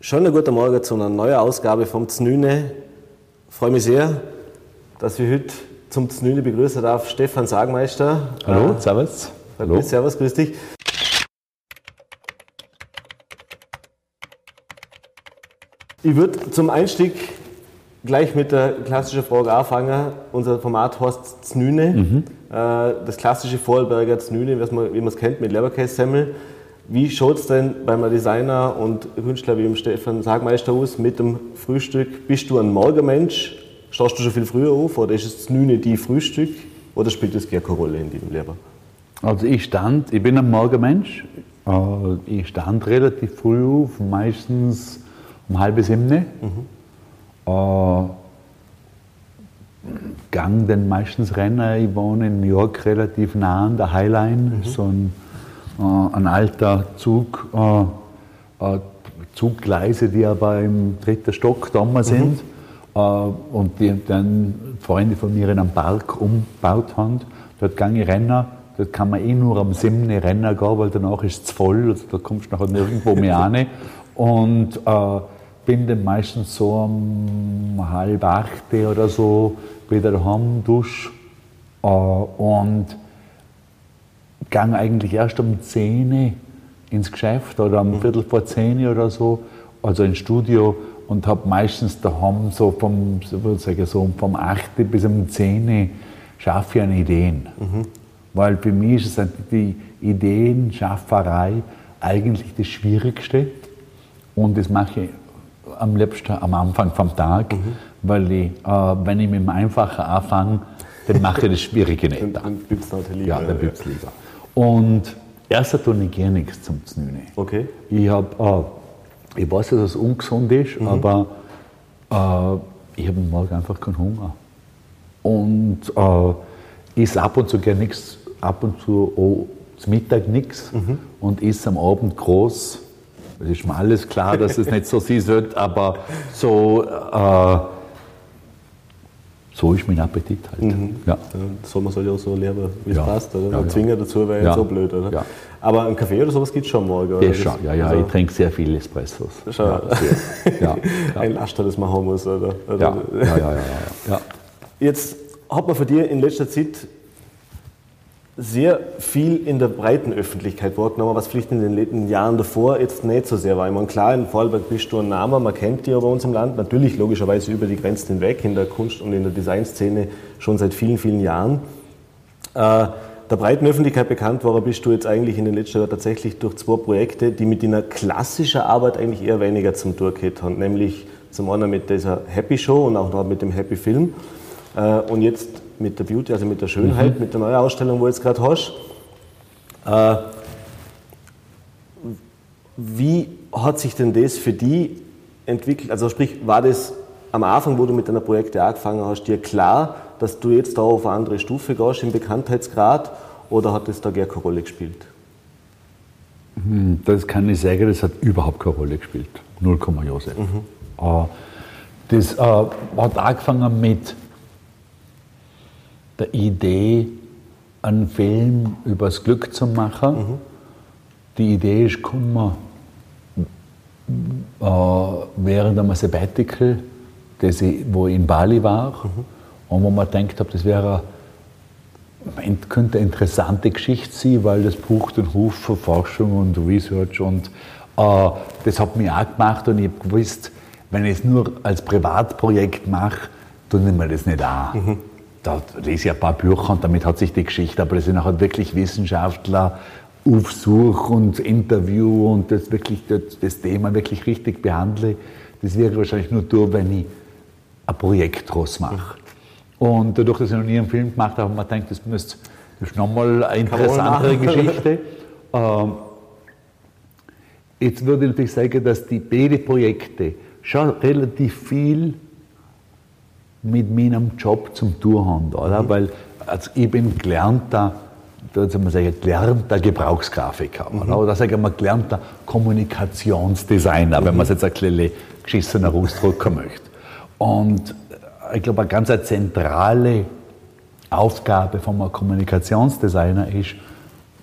Schönen guten Morgen zu einer neuen Ausgabe vom Znüne. Ich freue mich sehr, dass wir heute zum Znüne begrüßen darf Stefan Sagmeister. Hallo, servus. Hallo. Servus, grüß dich. Ich würde zum Einstieg gleich mit der klassischen Frage anfangen. Unser Format heißt Znüne. Das klassische Vorarlberger Znüne, wie man es kennt, mit Leberkässemmel. Wie schaut es denn bei einem Designer und Künstler wie dem Stefan Sagmeister aus mit dem Frühstück? Bist du ein Morgenmensch? Stehst du schon viel früher auf oder ist es Znüne die Frühstück oder spielt das gar keine Rolle in deinem Leben? Also ich bin ein Morgenmensch. Ich stand relativ früh auf, meistens um 6:30. Gang dann meistens Rennen. Ich wohne in New York relativ nah an der Highline, so ein alter Zug, Zuggleise, die aber im 3. Stock da sind und die dann Freunde von mir in einem Park umgebaut haben. Dort gehe ich Rennen. Dort kann man nur am 7. Rennen gehen, weil danach ist es voll, also da kommst du nachher nirgendwo mehr rein. Und bin dann meistens so um 7:30 oder so wieder daheim, dusche und gehe eigentlich erst um 10 ins Geschäft oder um Viertel vor 10 oder so, also ins Studio und habe meistens daheim so vom 8 bis um 10 schaffe ich an Ideen. Weil für mich ist es die Ideenschafferei eigentlich das Schwierigste und das mache ich am liebsten am Anfang vom Tag, weil ich, wenn ich mit dem Einfachen anfange, dann mache ich das Schwierige nicht. Dann bleibst du halt lieber. Ja, dann bleibst du lieber. Und erst tue ich gar nichts zum Znüne. Okay. Ich weiß, dass es ungesund ist, aber ich habe morgen einfach keinen Hunger. Und ich esse ab und zu gerne nichts, ab und zu auch zum Mittag nichts und esse am Abend groß. Es ist mir alles klar, dass es nicht so sein sollte, aber so ist mein Appetit halt. Ja. So, man soll ja auch so lernen, wie es passt. Oder? Ja, Zwingen dazu wäre jetzt so blöd, oder? Ja. Aber einen Kaffee oder sowas gibt es schon morgen? Ja, schon. Ja, also, ich trinke sehr viel Espressos. Schon. Ja. Ein Laster, das man haben muss, oder? Ja. Jetzt hat man von dir in letzter Zeit sehr viel in der breiten Öffentlichkeit wahrgenommen, was vielleicht in den letzten Jahren davor jetzt nicht so sehr war. Ich meine, klar, in Vorarlberg bist du ein Name, man kennt dich ja bei uns im Land, natürlich logischerweise über die Grenzen hinweg, in der Kunst- und in der Designszene schon seit vielen, vielen Jahren. Der breiten Öffentlichkeit bekannt war, bist du jetzt eigentlich in den letzten Jahren tatsächlich durch 2 Projekte, die mit deiner klassischen Arbeit eigentlich eher weniger zum Tun gehabt haben, nämlich zum einen mit dieser Happy Show und auch noch mit dem Happy Film und jetzt mit der Beauty, also mit der Schönheit, mit der neuen Ausstellung, wo du jetzt gerade hast. Wie hat sich denn das für dich entwickelt? Also sprich, war das am Anfang, wo du mit deinen Projekten angefangen hast, dir klar, dass du jetzt da auf eine andere Stufe gehst im Bekanntheitsgrad oder hat das da gar keine Rolle gespielt? Das kann ich sagen, das hat überhaupt keine Rolle gespielt. 0, Josef. Das hat angefangen mit der Idee, einen Film über das Glück zu machen. Die Idee ist gekommen während einem Sabbatical, wo ich in Bali war und wo man gedacht habe, das könnte eine interessante Geschichte sein, weil das braucht einen Haufen Forschung und Research und das hat mich auch gemacht und ich habe gewusst, wenn ich es nur als Privatprojekt mache, tue ich mir das nicht an. Da lese ich ein paar Bücher und damit hat sich die Geschichte, aber das sind auch wirklich Wissenschaftler, Aufsuch und Interview und das Thema wirklich richtig behandle. Das wäre wahrscheinlich nur durch, wenn ich ein Projekt draus mache. Und dadurch, dass ich noch nie einen Film gemacht habe, habe ich mir gedacht, das ist nochmal eine interessantere Geschichte. Jetzt würde ich natürlich sagen, dass die beiden Projekte schon relativ viel mit meinem Job zum tun haben, oder? Weil ich bin gelernter Gebrauchsgrafiker, oder sagen wir gelernter Kommunikationsdesigner, wenn man es jetzt ein bisschen geschissener ausdrücken möchte. Und ich glaube, eine ganz zentrale Aufgabe von einem Kommunikationsdesigner ist,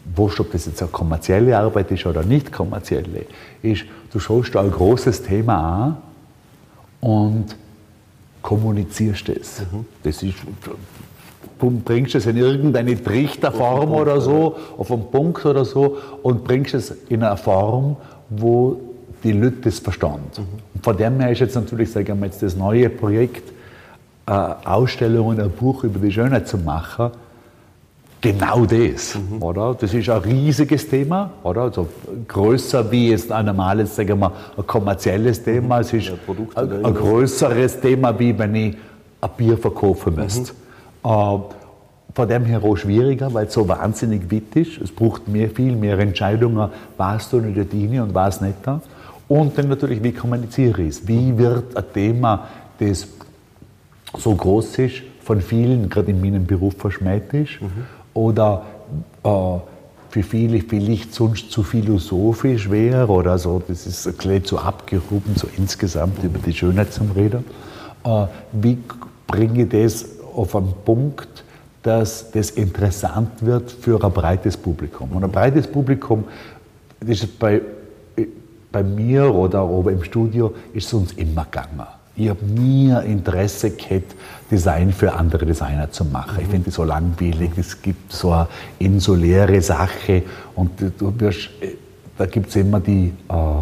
wurscht, ob das jetzt eine kommerzielle Arbeit ist oder nicht kommerzielle, ist, du schaust da ein großes Thema an und kommunizierst es. Das ist, du bringst es in irgendeine Trichterform oder so, auf einen Punkt oder so und bringst es in eine Form, wo die Leute das verstehen. Und von dem her ist jetzt natürlich, sagen wir jetzt, das neue Projekt, Ausstellungen, ein Buch über die Schönheit zu machen, genau das, oder? Das ist ein riesiges Thema, oder? Also größer wie jetzt ein normales, sagen wir, ein kommerzielles Thema. Es ist ein größeres Thema, wie wenn ich ein Bier verkaufen müsste. Von dem her auch schwieriger, weil es so wahnsinnig weit ist. Es braucht viel mehr Entscheidungen, was tue ich dort rein und was nicht. Und dann natürlich, wie kommuniziere ich es? Wie wird ein Thema, das so groß ist, von vielen, gerade in meinem Beruf, verschmäht ist, oder für viele vielleicht sonst zu philosophisch wäre oder so, das ist ein bisschen zu abgehoben, so insgesamt über die Schönheit zum Reden. Wie bringe ich das auf einen Punkt, dass das interessant wird für ein breites Publikum? Und ein breites Publikum, das ist bei mir oder im Studio, ist es uns immer gegangen. Ich habe nie ein Interesse gehabt, Design für andere Designer zu machen. Ich finde das so langweilig, es gibt so eine insuläre Sache und da gibt es immer die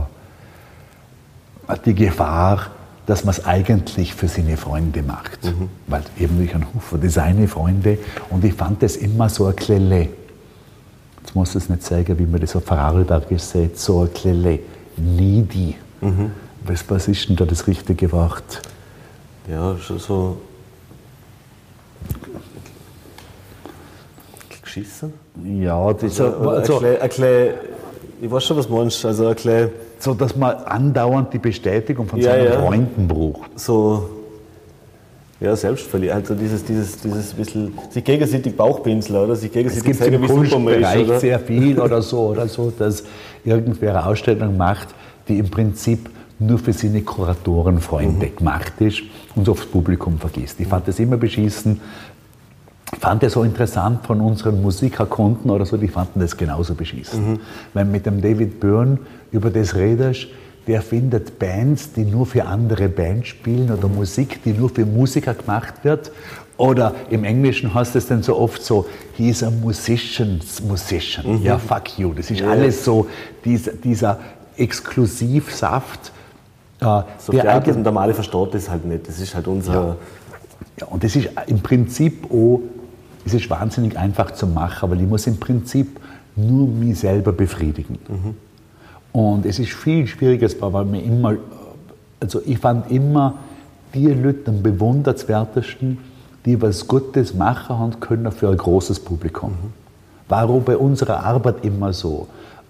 Gefahr, dass man es eigentlich für seine Freunde macht. Weil eben ich einen Haufen Designer-Freunde und ich fand das immer so ein Klele. Jetzt muss ich es nicht sagen, wie man das auf Vorarlberg sieht, so ein Klele. Needy. Was ist denn da das richtige Wort? Ja, schon so. Geschissen? Ja, das also, ich weiß schon, was du meinst. Also so, dass man andauernd die Bestätigung von seinen Freunden braucht. So, ja, selbstverliebt. Also dieses bisschen, sich gegenseitig Bauchpinseln, oder? Sich gegenseitig zeigen, wie super man ist. Es gibt sehr viel oder so, dass irgendwer eine Ausstellung macht, die im Prinzip nur für seine Kuratorenfreunde gemacht ist und aufs Publikum vergisst. Ich fand das immer beschissen. Ich fand das so interessant von unseren Musikerkunden oder so, die fanden das genauso beschissen. Wenn mit dem David Byrne über das redest, der findet Bands, die nur für andere Bands spielen oder Musik, die nur für Musiker gemacht wird. Oder im Englischen heißt es dann so oft so, he is a musician's musician. Ja, fuck you. Das ist alles so, dieser Exklusivsaft. So der normale versteht das halt nicht. Das ist halt unser... Ja, und das ist im Prinzip auch, es ist wahnsinnig einfach zu machen, weil ich muss im Prinzip nur mich selber befriedigen. Und es ist viel schwieriger, weil mir immer, also ich fand immer die Leute am bewundernswertesten, die was Gutes machen haben können für ein großes Publikum. War auch bei unserer Arbeit immer so.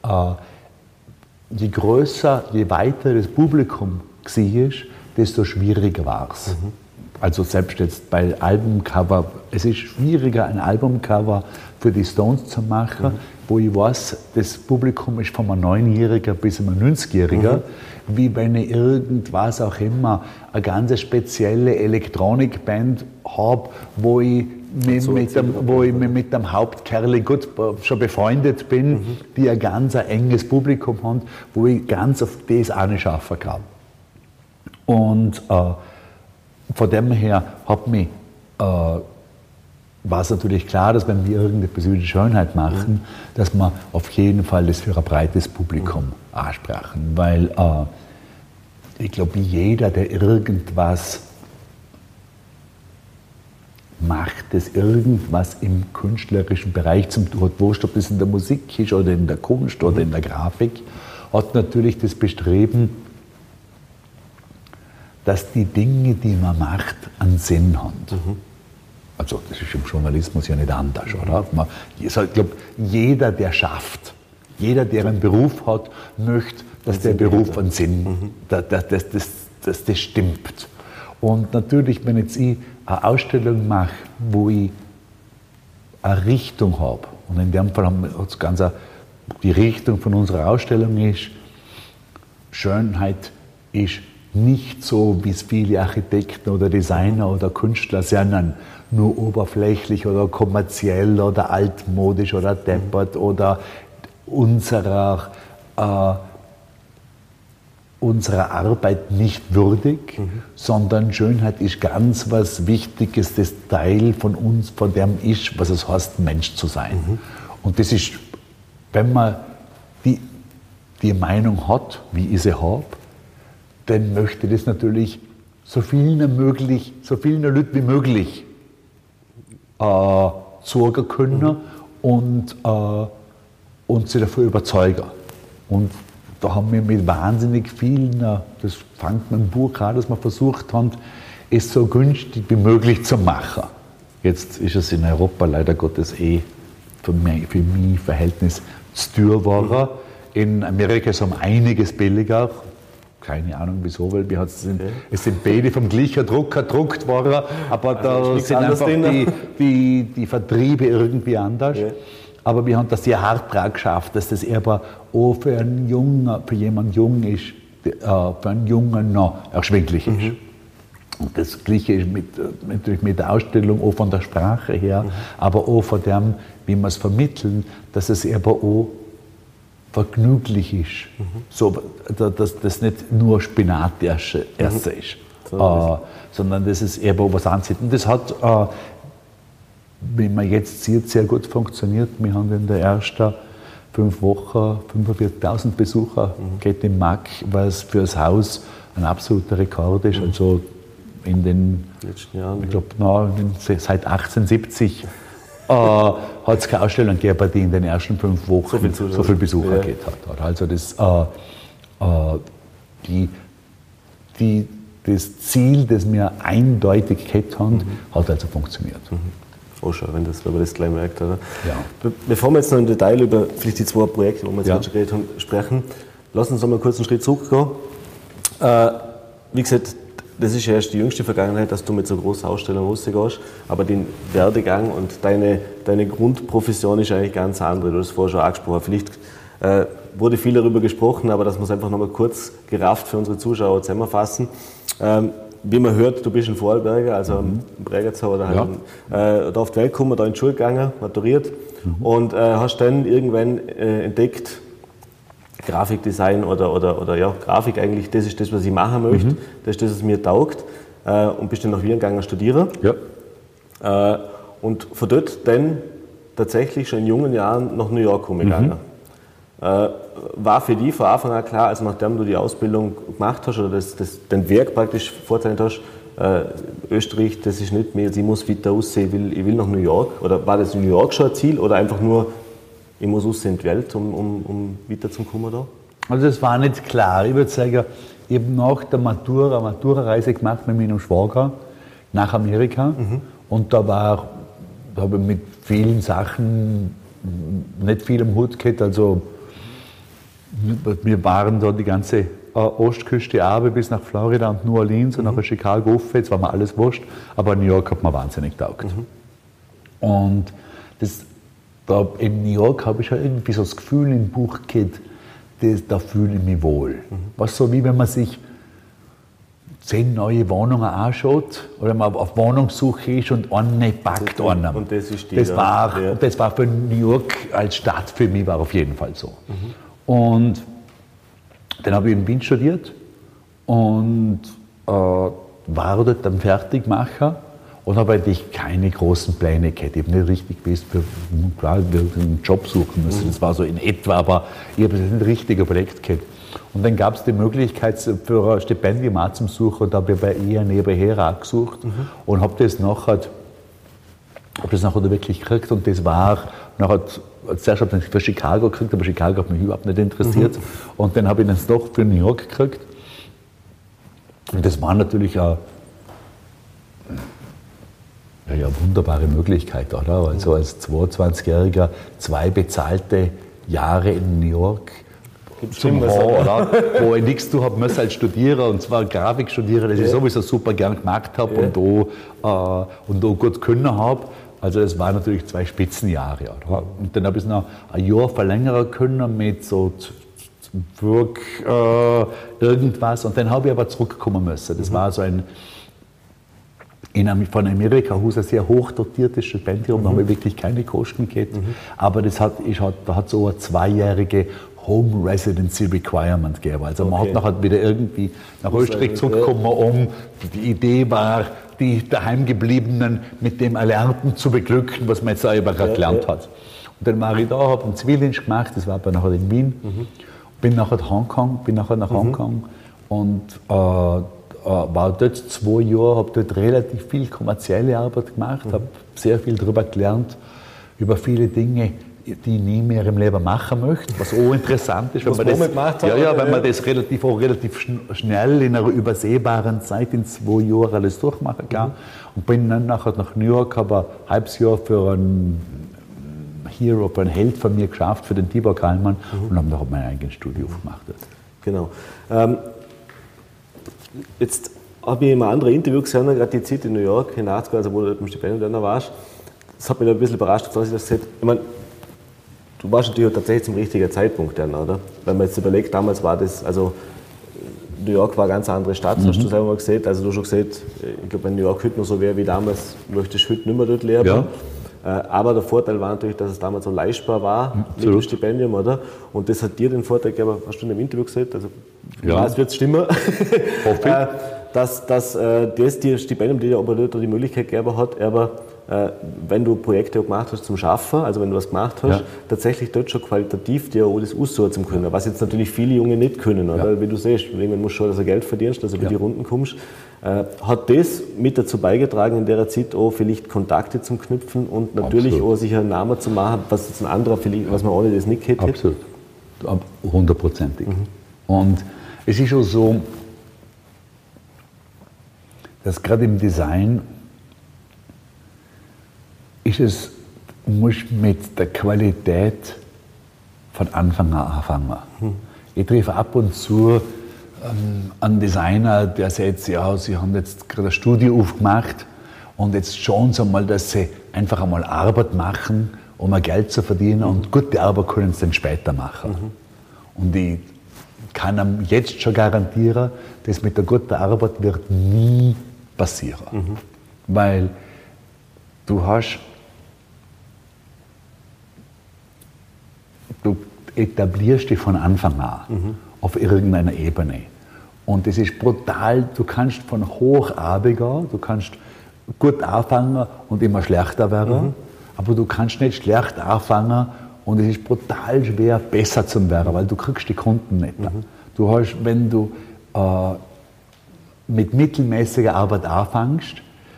Je größer, je weiter das Publikum war, desto schwieriger war es. Also selbst jetzt bei Albumcover, es ist schwieriger, ein Albumcover für die Stones zu machen, wo ich weiß, das Publikum ist von einem 9-Jähriger bis einem 90-Jähriger, wie wenn ich irgendwas auch immer, eine ganz spezielle Elektronikband habe, wo ich mit dem Hauptkerl gut schon befreundet bin, die ein ganz enges Publikum haben, wo ich ganz auf das auch nicht schaffen kann. Und von dem her war es natürlich klar, dass wenn wir irgendeine persönliche Schönheit machen, dass wir auf jeden Fall das für ein breites Publikum ansprechen. Weil ich glaube, jeder, der irgendwas macht, das irgendwas im künstlerischen Bereich zum tun hat, wurscht, ob das in der Musik ist oder in der Kunst oder in der Grafik, hat natürlich das Bestreben, dass die Dinge, die man macht, einen Sinn haben. Also das ist im Journalismus ja nicht anders, oder? Ich glaube, jeder, der schafft, jeder, der einen Beruf hat, möchte, dass der Beruf einen Sinn, dass das stimmt. Und natürlich, wenn jetzt ich eine Ausstellung mache, wo ich eine Richtung habe, und in dem Fall haben wir die Richtung von unserer Ausstellung ist, Schönheit ist nicht so, wie es viele Architekten oder Designer oder Künstler sind, nur oberflächlich oder kommerziell oder altmodisch oder deppert oder unserer Arbeit nicht würdig, sondern Schönheit ist ganz was Wichtiges, das Teil von uns, von dem ist, was es heißt, Mensch zu sein. Und das ist, wenn man die Meinung hat, wie ich sie habe, dann möchte das natürlich so vielen Leuten wie möglich sorgen können und sie dafür überzeugen. Und da haben wir mit wahnsinnig vielen, das fängt mit dem Buch an, dass wir versucht haben, es so günstig wie möglich zu machen. Jetzt ist es in Europa leider Gottes für mich Verhältnis zu teuer geworden. In Amerika ist es einiges billiger. Keine Ahnung wieso, weil es sind beide vom gleichen Drucker gedruckt worden, aber da sind einfach die Vertriebe irgendwie anders. Ja. Aber wir haben das sehr hart dran geschafft, dass das aber auch für jemanden jung ist, für einen Jungen noch erschwinglich ist. Und das Gleiche ist natürlich mit der Ausstellung, auch von der Sprache her, aber auch von dem, wie wir es vermitteln, dass es aber auch vergnüglich ist. So, dass das nicht nur Spinat erste ist, sondern dass es eben was anzieht. Und das hat, wie man jetzt sieht, sehr gut funktioniert. Wir haben in der ersten 5 Wochen 45.000 Besucher geht im MAC, was für das Haus ein absoluter Rekord ist. Also in den letzten Jahren, ich glaube, seit 1870 hat es keine Ausstellung gegeben, die in den ersten 5 Wochen so viele Besucher gehabt hat. Also das Ziel, das wir eindeutig gehabt haben, hat also funktioniert. Oh, schon, wenn man das gleich merkt, oder? Ja. Bevor wir jetzt noch im Detail über vielleicht die 2 Projekte, wo wir jetzt schon geredet haben, sprechen, lass uns noch mal kurz einen Schritt zurückgehen. Wie gesagt, das ist ja erst die jüngste Vergangenheit, dass du mit so einer großen Ausstellung rausgehst, aber den Werdegang und deine Grundprofession ist eigentlich ganz andere. Du hast es vorher schon angesprochen. Vielleicht wurde viel darüber gesprochen, aber dass wir es einfach noch mal kurz gerafft für unsere Zuschauer zusammenfassen. Wie man hört, du bist ein Vorarlberger, also ein Bregenzer oder halt da auf die Welt gekommen, da in die Schule gegangen, maturiert und hast dann irgendwann entdeckt, Grafikdesign oder Grafik eigentlich, das ist das, was ich machen möchte, das ist das, was mir taugt und bist dann nach Wien gegangen studieren. Ja. Und von dort dann tatsächlich schon in jungen Jahren nach New York gegangen. War für dich von Anfang an klar, also nachdem du die Ausbildung gemacht hast oder den Werk praktisch vorzeichnet hast, Österreich, das ist nicht mehr, ich muss weiter aussehen, ich will nach New York? Oder war das in New York schon ein Ziel oder einfach nur, ich muss aussehen in die Welt, um weiterzukommen da? Also das war nicht klar. Ich würde sagen, ich habe nach der Matura eine Matura-Reise gemacht mit meinem Schwager nach Amerika und da habe ich mit vielen Sachen nicht viel im Hut gehabt, also wir waren da die ganze Ostküste runter bis nach Florida und New Orleans und nach Chicago rauf, jetzt war mir alles wurscht, aber New York hat mir wahnsinnig getaugt. Und da in New York habe ich schon irgendwie so das Gefühl im Buch gehabt, da fühle ich mich wohl. Was so wie wenn man sich 10 neue Wohnungen anschaut oder man auf Wohnungssuche ist und eine packt einen. Und das ist das war für New York als Stadt für mich war auf jeden Fall so. Und dann habe ich in Wien studiert und war dort am Fertigmacher und habe eigentlich keine großen Pläne gehabt. Ich habe nicht richtig gewusst, klar, wir einen Job suchen müssen. Das war so in etwa, aber ich habe nicht richtig überlegt gehabt. Und dann gab es die Möglichkeit für ein Stipendium auch zum Suchen und da habe ich bei ihr nebenher auch gesucht und habe das nachher wirklich gekriegt und das war nachher, zuerst habe ich für Chicago gekriegt, aber Chicago hat mich überhaupt nicht interessiert und dann habe ich das doch für New York gekriegt und das war natürlich eine wunderbare Möglichkeit, oder? Also als 22-Jähriger 2 bezahlte Jahre in New York zum oder? Wo ich nichts tun habe müssen als Studierer, und zwar Grafik studieren, das ich sowieso super gern gemacht habe und auch gut können habe. Also das waren natürlich 2 Spitzenjahre. Oder? Und dann habe ich es noch ein Jahr verlängern können mit so Work irgendwas. Und dann habe ich aber zurückkommen müssen. Das war so von Amerika aus ein sehr hoch dotiertes Stipendium, da habe ich wirklich keine Kosten gehabt. Aber da hat so eine 2-jährige Home Residency Requirement gegeben. Also man hat nachher wieder irgendwie nach Österreich zurückgekommen, die Idee war, die Daheimgebliebenen mit dem Erlernten zu beglücken, was man jetzt selber gelernt hat. Und dann war ich da, habe einen Zivildienst gemacht, das war aber nachher in Wien, bin nachher nach Hongkong und war dort 2 Jahre, habe dort relativ viel kommerzielle Arbeit gemacht, habe sehr viel darüber gelernt, über viele Dinge, die ich nie mehr im Leben machen möchte, was auch interessant ist, wenn man das relativ schnell in einer übersehbaren Zeit in 2 Jahren alles durchmachen kann. Und bin dann nachher nach New York, habe ein halbes Jahr für einen Hero, für einen Held von mir geschafft, für den Tibor Kallmann, und habe nachher mein eigenes Studio aufgemacht. Genau. Jetzt habe ich immer andere Interviews gesehen, gerade die Zeit in New York, in den 80ern, also wo du mit dem Stipendium dann warst. Das hat mich ein bisschen überrascht, dass ich das gesagt habe. Ich meine, du warst natürlich tatsächlich zum richtigen Zeitpunkt dann, oder? Wenn man jetzt überlegt, damals war das, also New York war eine ganz andere Stadt, hast du selber mal gesehen. Also du hast schon gesagt, ich glaube, wenn New York heute noch so wäre wie damals, möchtest du heute nicht mehr dort leben. Ja. Aber der Vorteil war natürlich, dass es damals so leistbar war mit dem Stipendium, oder? Und das hat dir den Vorteil gegeben, hast du in einem Interview gesagt, also es wird stimmen, dass das Stipendium dir aber die Möglichkeit gegeben hat, aber wenn du Projekte gemacht hast zum Schaffen, also wenn du was gemacht hast, tatsächlich dort schon qualitativ dir alles aussuchen können, was jetzt natürlich viele Junge nicht können, oder? Wie du siehst, irgendwann musst du schon, dass du Geld verdienst, dass du über die Runden kommst. Hat das mit dazu beigetragen, in der Zeit auch vielleicht Kontakte zum Knüpfen und natürlich auch sich einen Namen zu machen, was jetzt ein anderer vielleicht, was man ohne das nicht hätte? Absolut, 100%ig. Und es ist auch so, dass gerade im Design muss mit der Qualität von Anfang an anfangen. Ich treffe ab und zu einen Designer, der sagt, ja, sie haben jetzt gerade ein Studio aufgemacht und jetzt schauen sie mal, dass sie einfach einmal Arbeit machen, um ein Geld zu verdienen, und gute Arbeit können sie dann später machen. Und ich kann ihm jetzt schon garantieren, dass mit der guten Arbeit wird nie passieren. Weil du etablierst dich von Anfang an auf irgendeiner Ebene. Und das ist brutal, du kannst von hoch runtergehen, du kannst gut anfangen und immer schlechter werden, aber du kannst nicht schlecht anfangen und es ist brutal schwer, besser zu werden, weil du kriegst die Kunden nicht. Du hast, wenn du mit mittelmäßiger Arbeit anfängst,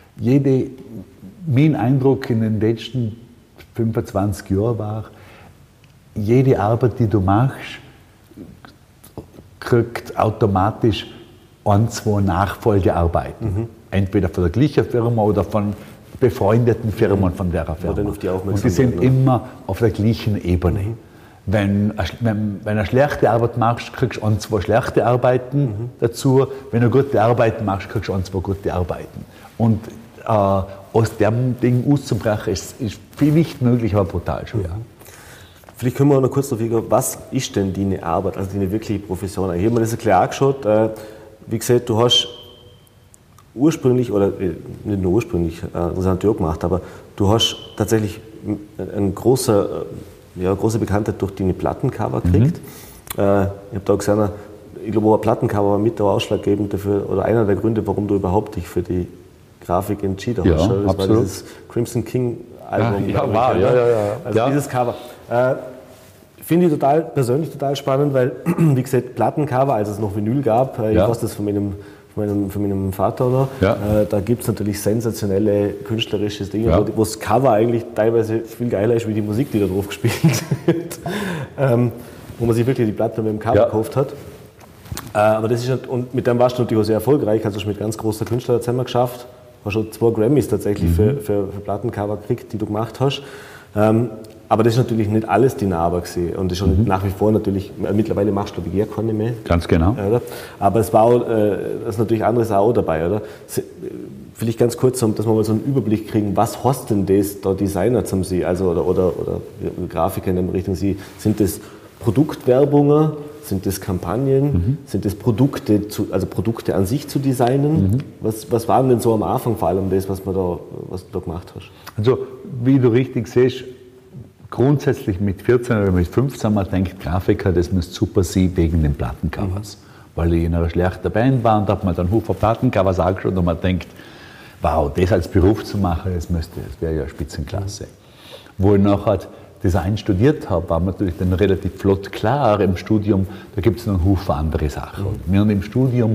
mein Eindruck in den letzten 25 Jahren war, jede Arbeit, die du machst, kriegt automatisch 1-2 Nachfolgearbeiten. Entweder von der gleichen Firma oder von befreundeten Firmen von der Firma. Und die sind immer auf der gleichen Ebene. Wenn du eine schlechte Arbeit machst, kriegst du 1-2 schlechte Arbeiten dazu. Wenn du gute Arbeiten machst, kriegst du 1-2 gute Arbeiten. Und aus dem Ding auszubrechen, ist viel nicht möglich, aber brutal schwer. Vielleicht können wir noch kurz darauf eingehen, was ist denn deine Arbeit, also deine wirkliche Profession? Ich habe mir das ein bisschen angeschaut. Wie gesagt, du hast ursprünglich, oder nicht nur ursprünglich, interessante Job gemacht, aber du hast tatsächlich eine große Bekanntheit durch deine Plattencover gekriegt. Ich habe da gesehen, ich glaube, ein Plattencover war mit ausschlaggebend dafür, oder einer der Gründe, warum du überhaupt dich für die Grafik entschieden hast. Das absolut. war dieses Crimson King Album. Also dieses Cover. Finde ich persönlich total spannend, weil, wie gesagt, Plattencover, als es noch Vinyl gab, ich weiß das von meinem Vater, da gibt es natürlich sensationelle künstlerische Dinge, wo das Cover eigentlich teilweise viel geiler ist, wie die Musik, die da drauf gespielt wird. Wo man sich wirklich die Platte mit dem Cover gekauft hat. Aber das ist, und mit dem warst du natürlich auch sehr erfolgreich, hast du mit ganz großen Künstlern zusammen geschafft, hast schon 2 Grammys tatsächlich für Plattencover gekriegt, die du gemacht hast. Aber das ist natürlich nicht alles die Arbeit gewesen. Und das ist schon nach wie vor natürlich, mittlerweile machst du, glaube ich, keine mehr. Ganz genau. Oder? Aber es war auch, das ist natürlich anderes auch dabei, oder? Vielleicht ganz kurz, dass wir mal so einen Überblick kriegen, was hast denn das da Designer zum Sie, also oder Grafiker in der Richtung Sie? Sind das Produktwerbungen? Sind das Kampagnen? Sind das Produkte, also Produkte an sich zu designen? Was war denn so am Anfang vor allem das, was du da gemacht hast? Also, wie du richtig siehst, grundsätzlich mit 14 oder mit 15 man denkt, Grafiker, das müsste super sein wegen den Plattencovers. Weil ich in einer schlechten Band war und habe mir dann Haufen Plattencovers angeschaut und man denkt, wow, das als Beruf zu machen, das wäre ja Spitzenklasse. Wo ich nachher Design studiert habe, war mir natürlich dann relativ flott klar im Studium, da gibt es noch einen Haufen andere Sachen. Wir haben im Studium,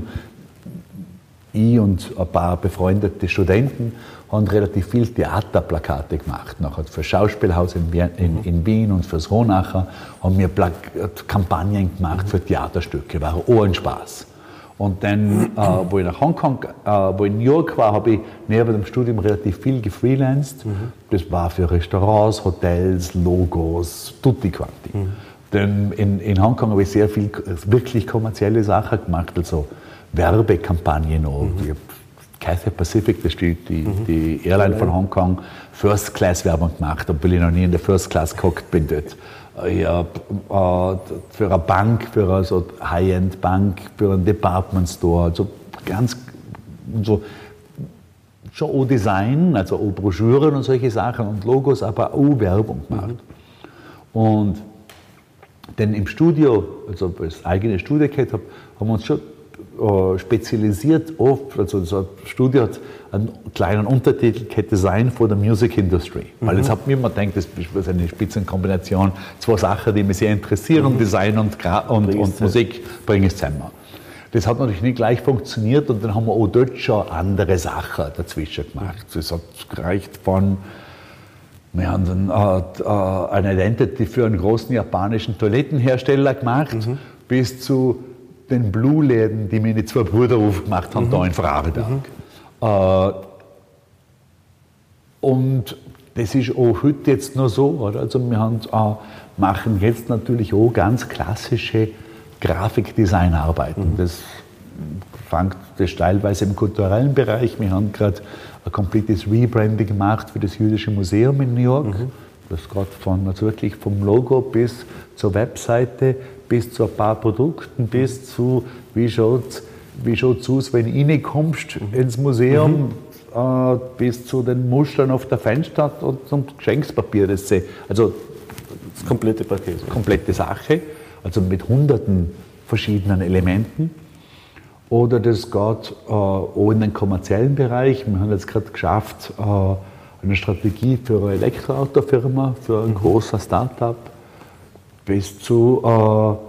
ich und ein paar befreundete Studenten, haben relativ viel Theaterplakate gemacht. Nachher für das Schauspielhaus in Wien und fürs Ronacher haben wir Kampagnen gemacht für Theaterstücke, war auch ein Spaß. Und dann, wo ich nach Hongkong, wo ich in New York war, habe ich neben dem Studium relativ viel gefreelanced. Das war für Restaurants, Hotels, Logos, tutti quanti. Denn in Hongkong habe ich sehr viel wirklich kommerzielle Sachen gemacht, also Werbekampagnen auch. Ich habe Cathay Pacific, das ist die Airline von Hongkong, First-Class-Werbung gemacht, obwohl ich noch nie in der First-Class gehockt bin dort. Ich habe für eine Bank, für eine so High-End-Bank, für einen Department-Store, also ganz so schon auch Design, also auch Broschüren und solche Sachen und Logos, aber auch Werbung gemacht. Und dann im Studio, also das eigene Studio gehabt habe, haben wir uns schon spezialisiert oft, also das Studio hat einen kleinen Untertitel gehabt, Design for the Music Industry. Weil jetzt hat mir immer gedacht, das ist eine Spitzenkombination, zwei Sachen, die mich sehr interessieren, Design und Musik bringen es zusammen. Das hat natürlich nicht gleich funktioniert und dann haben wir auch dort schon andere Sachen dazwischen gemacht. Das hat gereicht von, wir haben dann eine Identity für einen großen japanischen Toilettenhersteller gemacht, bis zu den Blue-Läden, die meine zwei Brüder aufgemacht haben, da in Vorarlberg. Und das ist auch heute jetzt noch so. Oder? Also wir machen jetzt natürlich auch ganz klassische Grafikdesignarbeiten. Das fängt das teilweise im kulturellen Bereich. Wir haben gerade ein komplettes Rebranding gemacht für das Jüdische Museum in New York. Das geht also wirklich vom Logo bis zur Webseite, bis zu ein paar Produkten, bis zu, wie schaut's aus, wenn du reinkommst ins Museum, bis zu den Mustern auf der Fenster und zum Geschenkspapier. Also das komplette Paket. Komplette Sache, also mit hunderten verschiedenen Elementen. Oder das geht auch in den kommerziellen Bereich. Wir haben jetzt gerade geschafft, eine Strategie für eine Elektroautofirma, für ein großes Start-up, bis zu, wir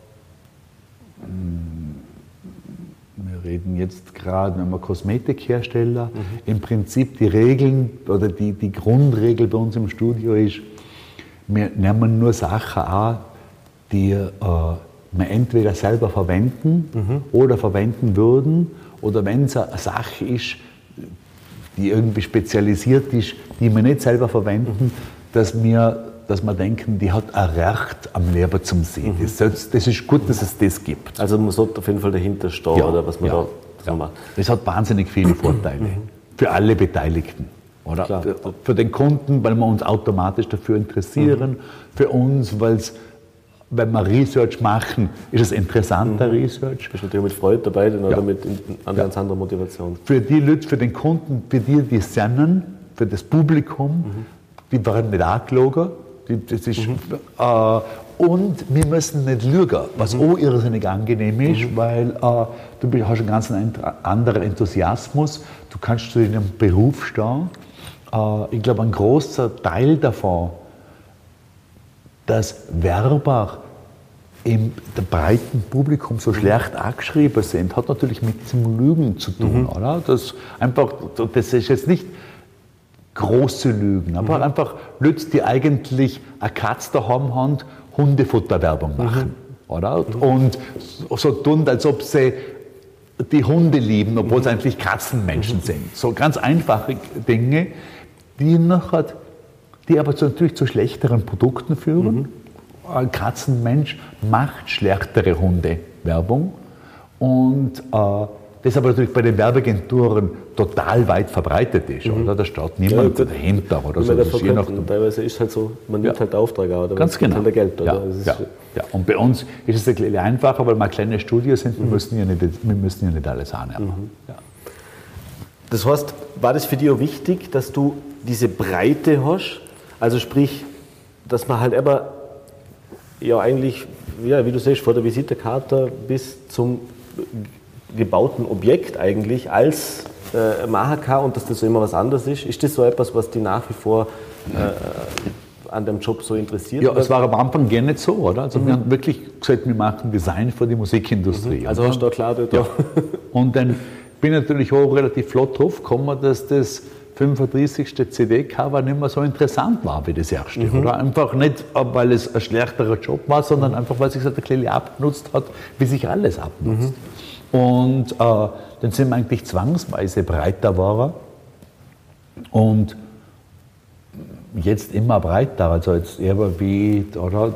reden jetzt gerade, wenn wir Kosmetikhersteller, im Prinzip die Regeln oder die Grundregel bei uns im Studio ist, wir nehmen nur Sachen an, die wir entweder selber verwenden oder verwenden würden, oder wenn es eine Sache ist, die irgendwie spezialisiert ist, die wir nicht selber verwenden, dass wir denken, die hat ein Recht am Leben zum Sehen. Das ist gut, dass es das gibt. Also man sollte auf jeden Fall dahinter stehen, oder was man da macht. Das hat wahnsinnig viele Vorteile für alle Beteiligten. Oder? Klar. Für den Kunden, weil wir uns automatisch dafür interessieren, für uns, weil es, wenn wir Research machen, ist es interessanter Research. Bist du natürlich mit Freude dabei oder mit einer ganz anderen Motivation? Für die Leute, für den Kunden, für die senden, für das Publikum, die werden nicht angelogen. Das ist, und wir müssen nicht lügen, was auch irrsinnig angenehm ist, weil du hast einen ganz anderen Enthusiasmus, du kannst zu deinem Beruf stehen. Ich glaube, ein großer Teil davon, dass Werber im breiten Publikum so schlecht angeschrieben sind, hat natürlich mit diesem Lügen zu tun. Oder? Das ist jetzt nicht große Lügen, aber einfach Leute, die eigentlich eine Katze daheim haben, Hundefutterwerbung machen. Oder? Und so tun, als ob sie die Hunde lieben, obwohl sie eigentlich Katzenmenschen sind. So ganz einfache Dinge, die aber natürlich zu schlechteren Produkten führen. Ein Katzenmensch macht schlechtere Hundewerbung und das aber natürlich bei den Werbeagenturen total weit verbreitet ist, oder? Da steht niemand dahinter oder so. Teilweise ist es halt so, man nimmt halt Auftrag an, oder ganz genau. Halt Geld, oder? Ja. Und bei uns ist es ein bisschen einfacher, weil wir ein kleines Studio sind, wir müssen ja nicht alles annehmen. Ja. Das heißt, war das für dich auch wichtig, dass du diese Breite hast? Also sprich, dass man halt immer, ja eigentlich, ja, wie du siehst, vor der Visitekarte bis zum gebauten Objekt eigentlich als machen kann und dass das so immer was anderes ist. Ist das so etwas, was dich nach wie vor an dem Job so interessiert? Ja, es war am Anfang gar nicht so, oder? Also wir haben wirklich gesagt, wir machen Design für die Musikindustrie. Also hast du da klar dort. Ja. Und dann bin ich natürlich auch relativ flott drauf gekommen, dass das 35. CD-Cover nicht mehr so interessant war wie das erste. Oder? Einfach nicht, weil es ein schlechterer Job war, sondern einfach, weil es sich halt ein bisschen abgenutzt hat, wie sich alles abnutzt. Und dann sind wir eigentlich zwangsweise breiter geworden und jetzt immer breiter. Also jetzt eher wie, oder?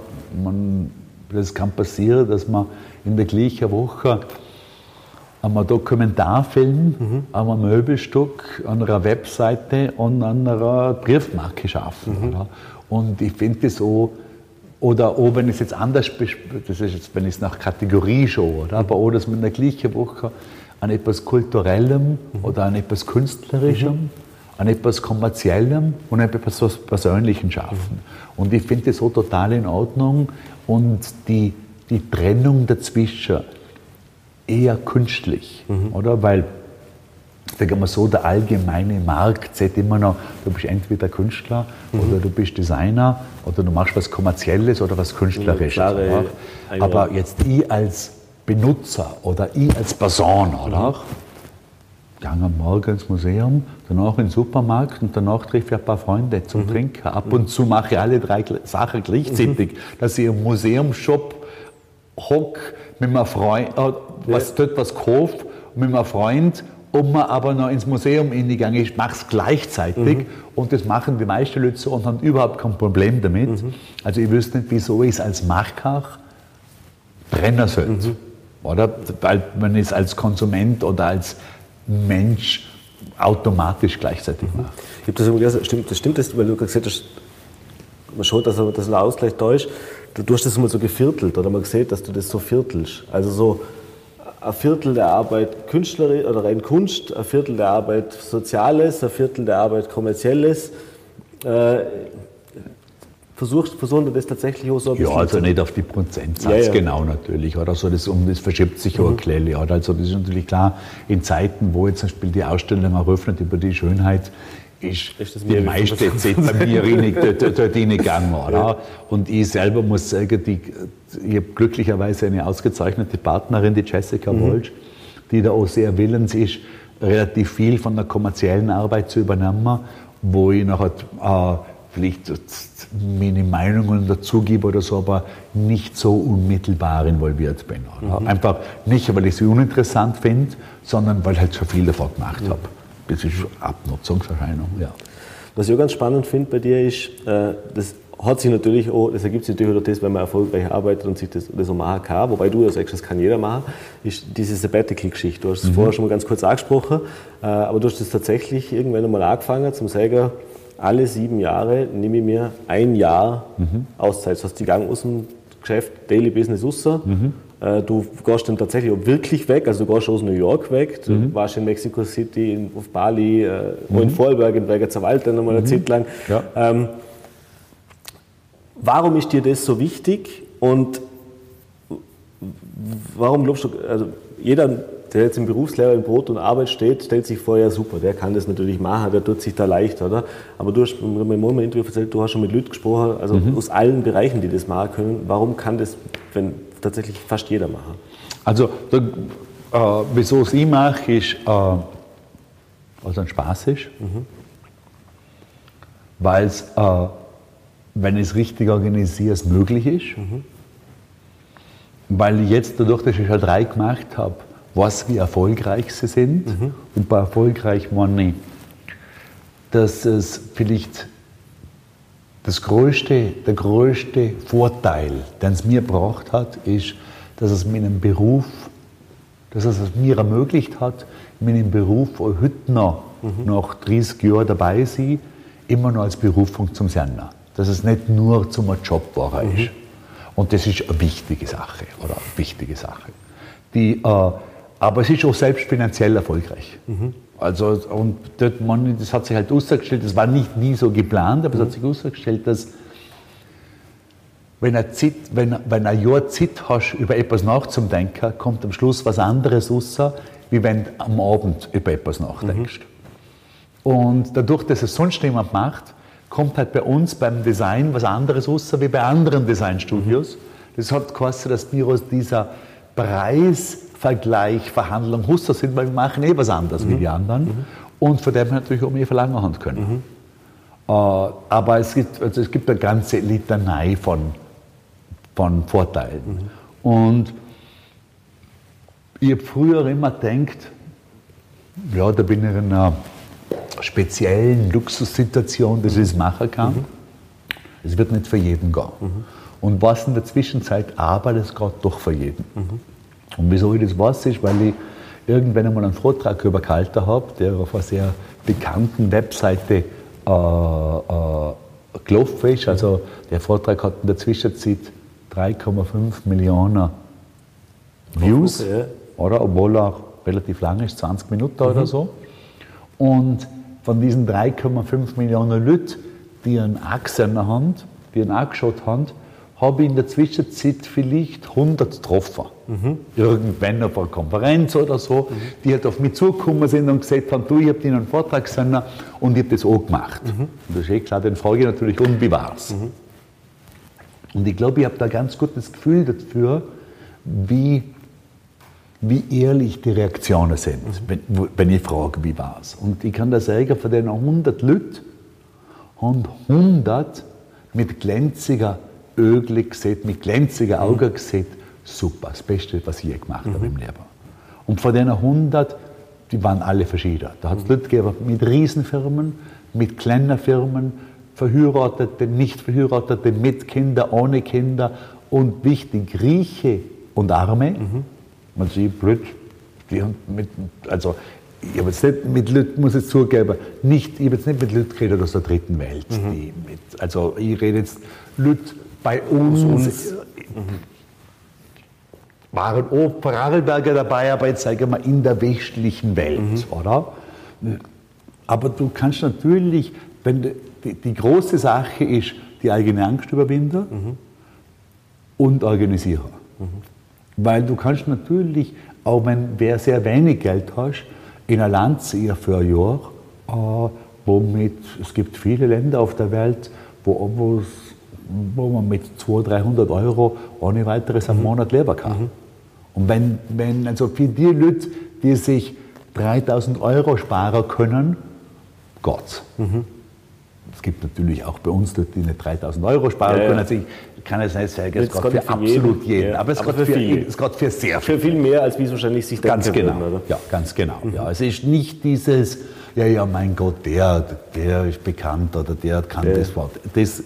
Das kann passieren, dass man in der gleichen Woche einen Dokumentarfilm, ein Möbelstück, an einer Webseite und an einer Briefmarke schaffen. Oder? Und ich finde das so, oder auch wenn ich es jetzt anders das ist jetzt, wenn ich es nach Kategorie schaue, oder? Aber auch, dass man in der gleichen Woche an etwas Kulturellem oder an etwas Künstlerischem, an etwas Kommerziellem und an etwas Persönlichem schaffen. Und ich finde das so total in Ordnung und die Trennung dazwischen eher künstlich, oder? Weil, sagen wir so, der allgemeine Markt sieht immer noch, du bist entweder Künstler oder du bist Designer oder du machst was Kommerzielles oder was Künstlerisches. Aber jetzt ich als Benutzer oder ich als Person, oder? Ich gehe am Morgen ins Museum, danach in den Supermarkt und danach treffe ich ein paar Freunde zum Trinken. Ab und zu mache ich alle drei Sachen gleichzeitig, dass ich im Museumsshop hocke, mit einem Freund, dort was kaufe, mit einem Freund, ob man aber noch ins Museum hingegangen ist, mache es gleichzeitig. Und das machen die meisten Leute so und haben überhaupt kein Problem damit. Also ich wüsste nicht, wieso ich es als Marker trennen sollte. Oder? Weil man es als Konsument oder als Mensch automatisch gleichzeitig macht. Ich habe das immer gelesen, das stimmt, weil du gesagt hast, man schaut, dass ein Ausgleich da ist. Du hast das immer so geviertelt, oder man sieht, dass du das so viertelst. Also so ein Viertel der Arbeit Künstlerin oder rein Kunst, ein Viertel der Arbeit Soziales, ein Viertel der Arbeit Kommerzielles. Versuchen wir das tatsächlich auch so ein bisschen? Ja, also nicht auf die Prozentsatz genau natürlich. Oder so, das verschiebt sich auch ein bisschen. Oder? Also das ist natürlich klar, in Zeiten, wo jetzt zum Beispiel die Ausstellung eröffnet über die Schönheit, ist die meiste Zeit bei mir dort reingegangen. Oder? Und ich selber muss sagen, ich habe glücklicherweise eine ausgezeichnete Partnerin, die Jessica Walsh, die da auch sehr willens ist, relativ viel von der kommerziellen Arbeit zu übernehmen, wo ich nachher vielleicht meine Meinungen dazugebe oder so, aber nicht so unmittelbar involviert bin. Oder? Einfach nicht, weil ich sie uninteressant finde, sondern weil ich halt schon viel davon gemacht habe. Das ist Abnutzungserscheinung. Ja. Was ich auch ganz spannend finde bei dir ist, das hat sich natürlich auch, das ergibt sich natürlich auch das, wenn man erfolgreich arbeitet und sich das so machen kann, wobei du ja sagst, das kann jeder machen, ist diese Sabbatical-Geschichte. Du hast es vorher schon mal ganz kurz angesprochen, aber du hast das tatsächlich irgendwann einmal angefangen zum sagen, alle 7 Jahre nehme ich mir ein Jahr Auszeit. Das heißt, ich gehe aus dem Geschäft, Daily Business raus. Du gehst dann tatsächlich auch wirklich weg, also du gehst aus New York weg, du warst in Mexico City, auf Bali, in Vorarlberg, in Bregenzer Wald dann nochmal eine Zeit lang. Ja. Warum ist dir das so wichtig und warum glaubst du, also jeder, der jetzt im Berufslehrer im Brot und Arbeit steht, stellt sich vor, ja super, der kann das natürlich machen, der tut sich da leicht, oder? Aber du hast mir im Interview erzählt, du hast schon mit Leuten gesprochen, also aus allen Bereichen, die das machen können. Warum kann das, wenn tatsächlich fast jeder machen? Also, wieso es ich mache, ist, also ein Spaß ist, weil es, wenn ich es richtig organisiere, es möglich ist, weil ich jetzt dadurch, dass ich schon 3 gemacht habe, weiß, wie erfolgreich sie sind. Und bei erfolgreich meine ich, dass es vielleicht der größte Vorteil, den es mir gebracht hat, ist, dass es meinen Beruf dass es mir ermöglicht hat, meinen Beruf heute noch, nach 30 Jahren dabei sein, immer noch als Berufung zum Sender. Dass es nicht nur zum Job war ist. Und das ist eine wichtige Sache. Oder eine wichtige Sache. Aber es ist auch selbst finanziell erfolgreich. Also, und das hat sich halt ausgestellt, das war nie so geplant, aber es hat sich ausgestellt, dass wenn ein Jahr Zeit hast, über etwas nachzudenken, kommt am Schluss was anderes raus, wie wenn du am Abend über etwas nachdenkst. Und dadurch, dass es sonst niemand macht, kommt halt bei uns beim Design was anderes raus, wie bei anderen Designstudios. Das hat geheißen, dass wir aus dieser Preisvergleich, Verhandlung Husser sind, weil wir machen was anderes wie die anderen und von dem her natürlich auch mehr verlangen haben können. Aber es gibt eine ganze Litanei von Vorteilen. Und ich habe früher immer gedacht, ja, da bin ich in einer speziellen Luxussituation, dass ich es machen kann. Es wird nicht für jeden gehen. Und was in der Zwischenzeit arbeitet, es geht doch für jeden. Und wieso ich das weiß, ist, weil ich irgendwann einmal einen Vortrag über gehalten habe, der auf einer sehr bekannten Webseite gelaufen ist. Also der Vortrag hat in der Zwischenzeit 3,5 Millionen Views, oder? Obwohl er relativ lang ist, 20 Minuten oder so. Und von diesen 3,5 Millionen Leuten, die ihn angesehen haben, die ihn angeschaut haben, habe ich in der Zwischenzeit vielleicht 100 getroffen. Irgendwann auf einer Konferenz oder so, die halt auf mich zugekommen sind und gesagt haben, du, ich habe dir einen Vortrag gesehen und ich habe das auch gemacht. Und das ist klar, dann frage ich natürlich, und wie war's? Und ich glaube, ich habe da ein ganz gutes Gefühl dafür, wie ehrlich die Reaktionen sind, wenn ich frage, wie war's. Und ich kann da sagen, von den 100 Leuten haben 100 mit glänziger Ögle gesehen, mit glänziger Augen gesehen, super, das Beste, was ich je gemacht habe im Leben. Und von den 100, die waren alle verschieden. Da hat es Leute gegeben mit Riesenfirmen, mit kleinen Firmen, Verheiratete, nicht Verheiratete, mit Kindern, ohne Kinder und wichtig, Reiche und Arme. Man sieht blöd, die haben ich habe jetzt nicht mit Leuten, muss ich zugeben, ich habe jetzt nicht mit Leuten geredet aus der dritten Welt. Ich rede jetzt Leute bei uns. Waren auch Vorarlberger dabei, aber jetzt sagen wir in der westlichen Welt, oder? Aber du kannst natürlich, wenn die große Sache ist, die eigene Angst überwinden und organisieren. Weil du kannst natürlich, auch wenn du sehr wenig Geld hast, in ein Land ziehen für ein Jahr, es gibt viele Länder auf der Welt, wo man mit 200-300 Euro ohne weiteres am Monat leben kann. Und wenn also für die Leute, die sich 3.000 Euro sparen können, Gott. Es gibt natürlich auch bei uns Leute, die nicht 3.000 Euro sparen können. Also ich kann jetzt nicht sagen, es geht für absolut jeden. Aber es geht für sehr viele. Für viel mehr, als wie es wahrscheinlich sich denken ganz genau. würden, oder? Ja, ganz genau. Ja, es ist nicht dieses, ja, mein Gott, der ist bekannt oder der kann das Wort. Das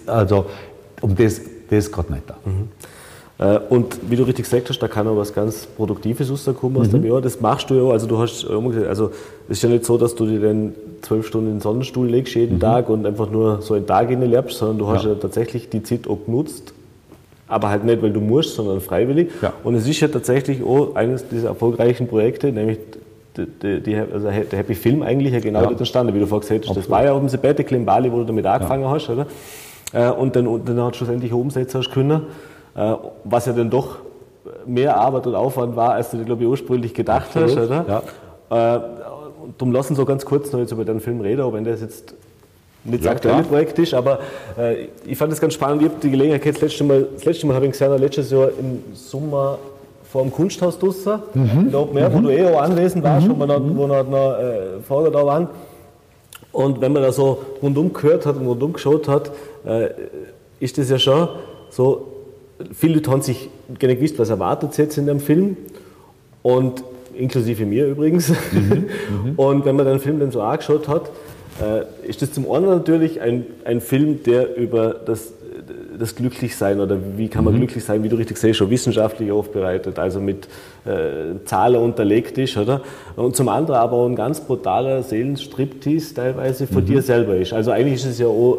geht nicht da. Und wie du richtig gesagt hast, da kann auch was ganz Produktives rauskommen aus dem Jahr. Das machst du ja auch. Also du hast es ist ja nicht so, dass du dir dann 12 Stunden in den Sonnenstuhl legst jeden Tag und einfach nur so einen Tag lernst, sondern du hast ja tatsächlich die Zeit auch genutzt. Aber halt nicht, weil du musst, sondern freiwillig. Ja. Und es ist ja tatsächlich auch eines dieser erfolgreichen Projekte, nämlich der Happy Film eigentlich ja genau dort entstanden, wie du vorhin gesagt hast. Das war ja auf dem Sabbatical in Bali, wo du damit angefangen hast, oder? Und dann hat du schlussendlich umsetzen können. Was ja dann doch mehr Arbeit und Aufwand war, als du dir, glaube ich, ursprünglich gedacht hast, oder? Ja. Darum lassen so ganz kurz noch jetzt über den Film reden, auch wenn das jetzt nicht das aktuelle Projekt ist, aber ich fand das ganz spannend. Ich habe die Gelegenheit, das letzte Mal habe ich gesehen, letztes Jahr im Sommer vor dem Kunsthaus draussen, in der Open Air, wo du auch anwesend warst, wo noch Fahrer da waren. Und wenn man da so rundum gehört hat und rundum geschaut hat, ist das ja schon so, viele Leute haben sich gar nicht gewusst, was erwartet jetzt in dem Film. Und inklusive mir übrigens. Und wenn man den Film dann so angeschaut hat, ist das zum einen natürlich ein Film, der über das Glücklichsein oder wie kann man glücklich sein, wie du richtig siehst, schon wissenschaftlich aufbereitet, also mit Zahlen unterlegt ist, oder? Und zum anderen aber auch ein ganz brutaler Seelenstriptease teilweise von dir selber ist. Also eigentlich ist es ja auch,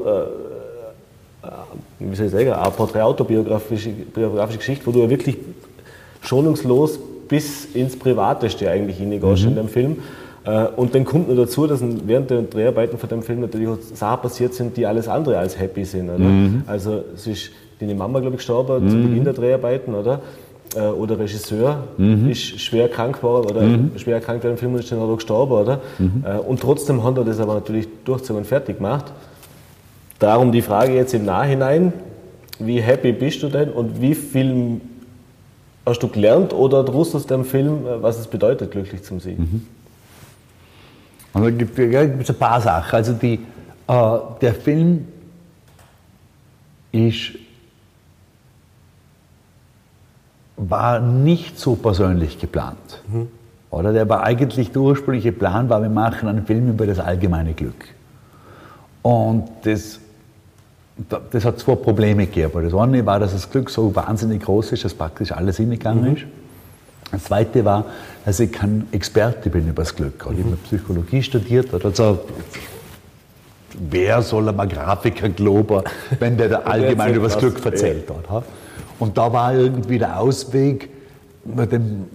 wie soll ich sagen, eine porträtautobiografische Geschichte, wo du ja wirklich schonungslos bis ins Privateste eigentlich hineingehst in dem Film. Und dann kommt noch dazu, dass während der Dreharbeiten von dem Film natürlich auch Sachen passiert sind, die alles andere als happy sind. Oder? Also es ist deine Mama, glaube ich, gestorben zu Beginn der Dreharbeiten, oder? Oder Regisseur ist schwer krank geworden oder schwer erkrankt während dem Film und ist dann auch gestorben, oder? Und trotzdem hat er das aber natürlich durchgezogen und fertig gemacht. Darum die Frage jetzt im Nachhinein, wie happy bist du denn und wie viel hast du gelernt oder daraus aus dem Film, was es bedeutet, glücklich zu sein? Also es gibt ein paar Sachen. Also der Film war nicht so persönlich geplant. Oder der ursprüngliche Plan war, wir machen einen Film über das allgemeine Glück. Und das hat zwei Probleme gegeben. Das eine war, dass das Glück so wahnsinnig groß ist, dass praktisch alles hingegangen ist. Das zweite war, dass ich kein Experte bin über das Glück. Ich habe Psychologie studiert. Also, wer soll einmal Grafiker glauben, wenn der allgemein über das Glück erzählt hat? Und da war irgendwie der Ausweg, dann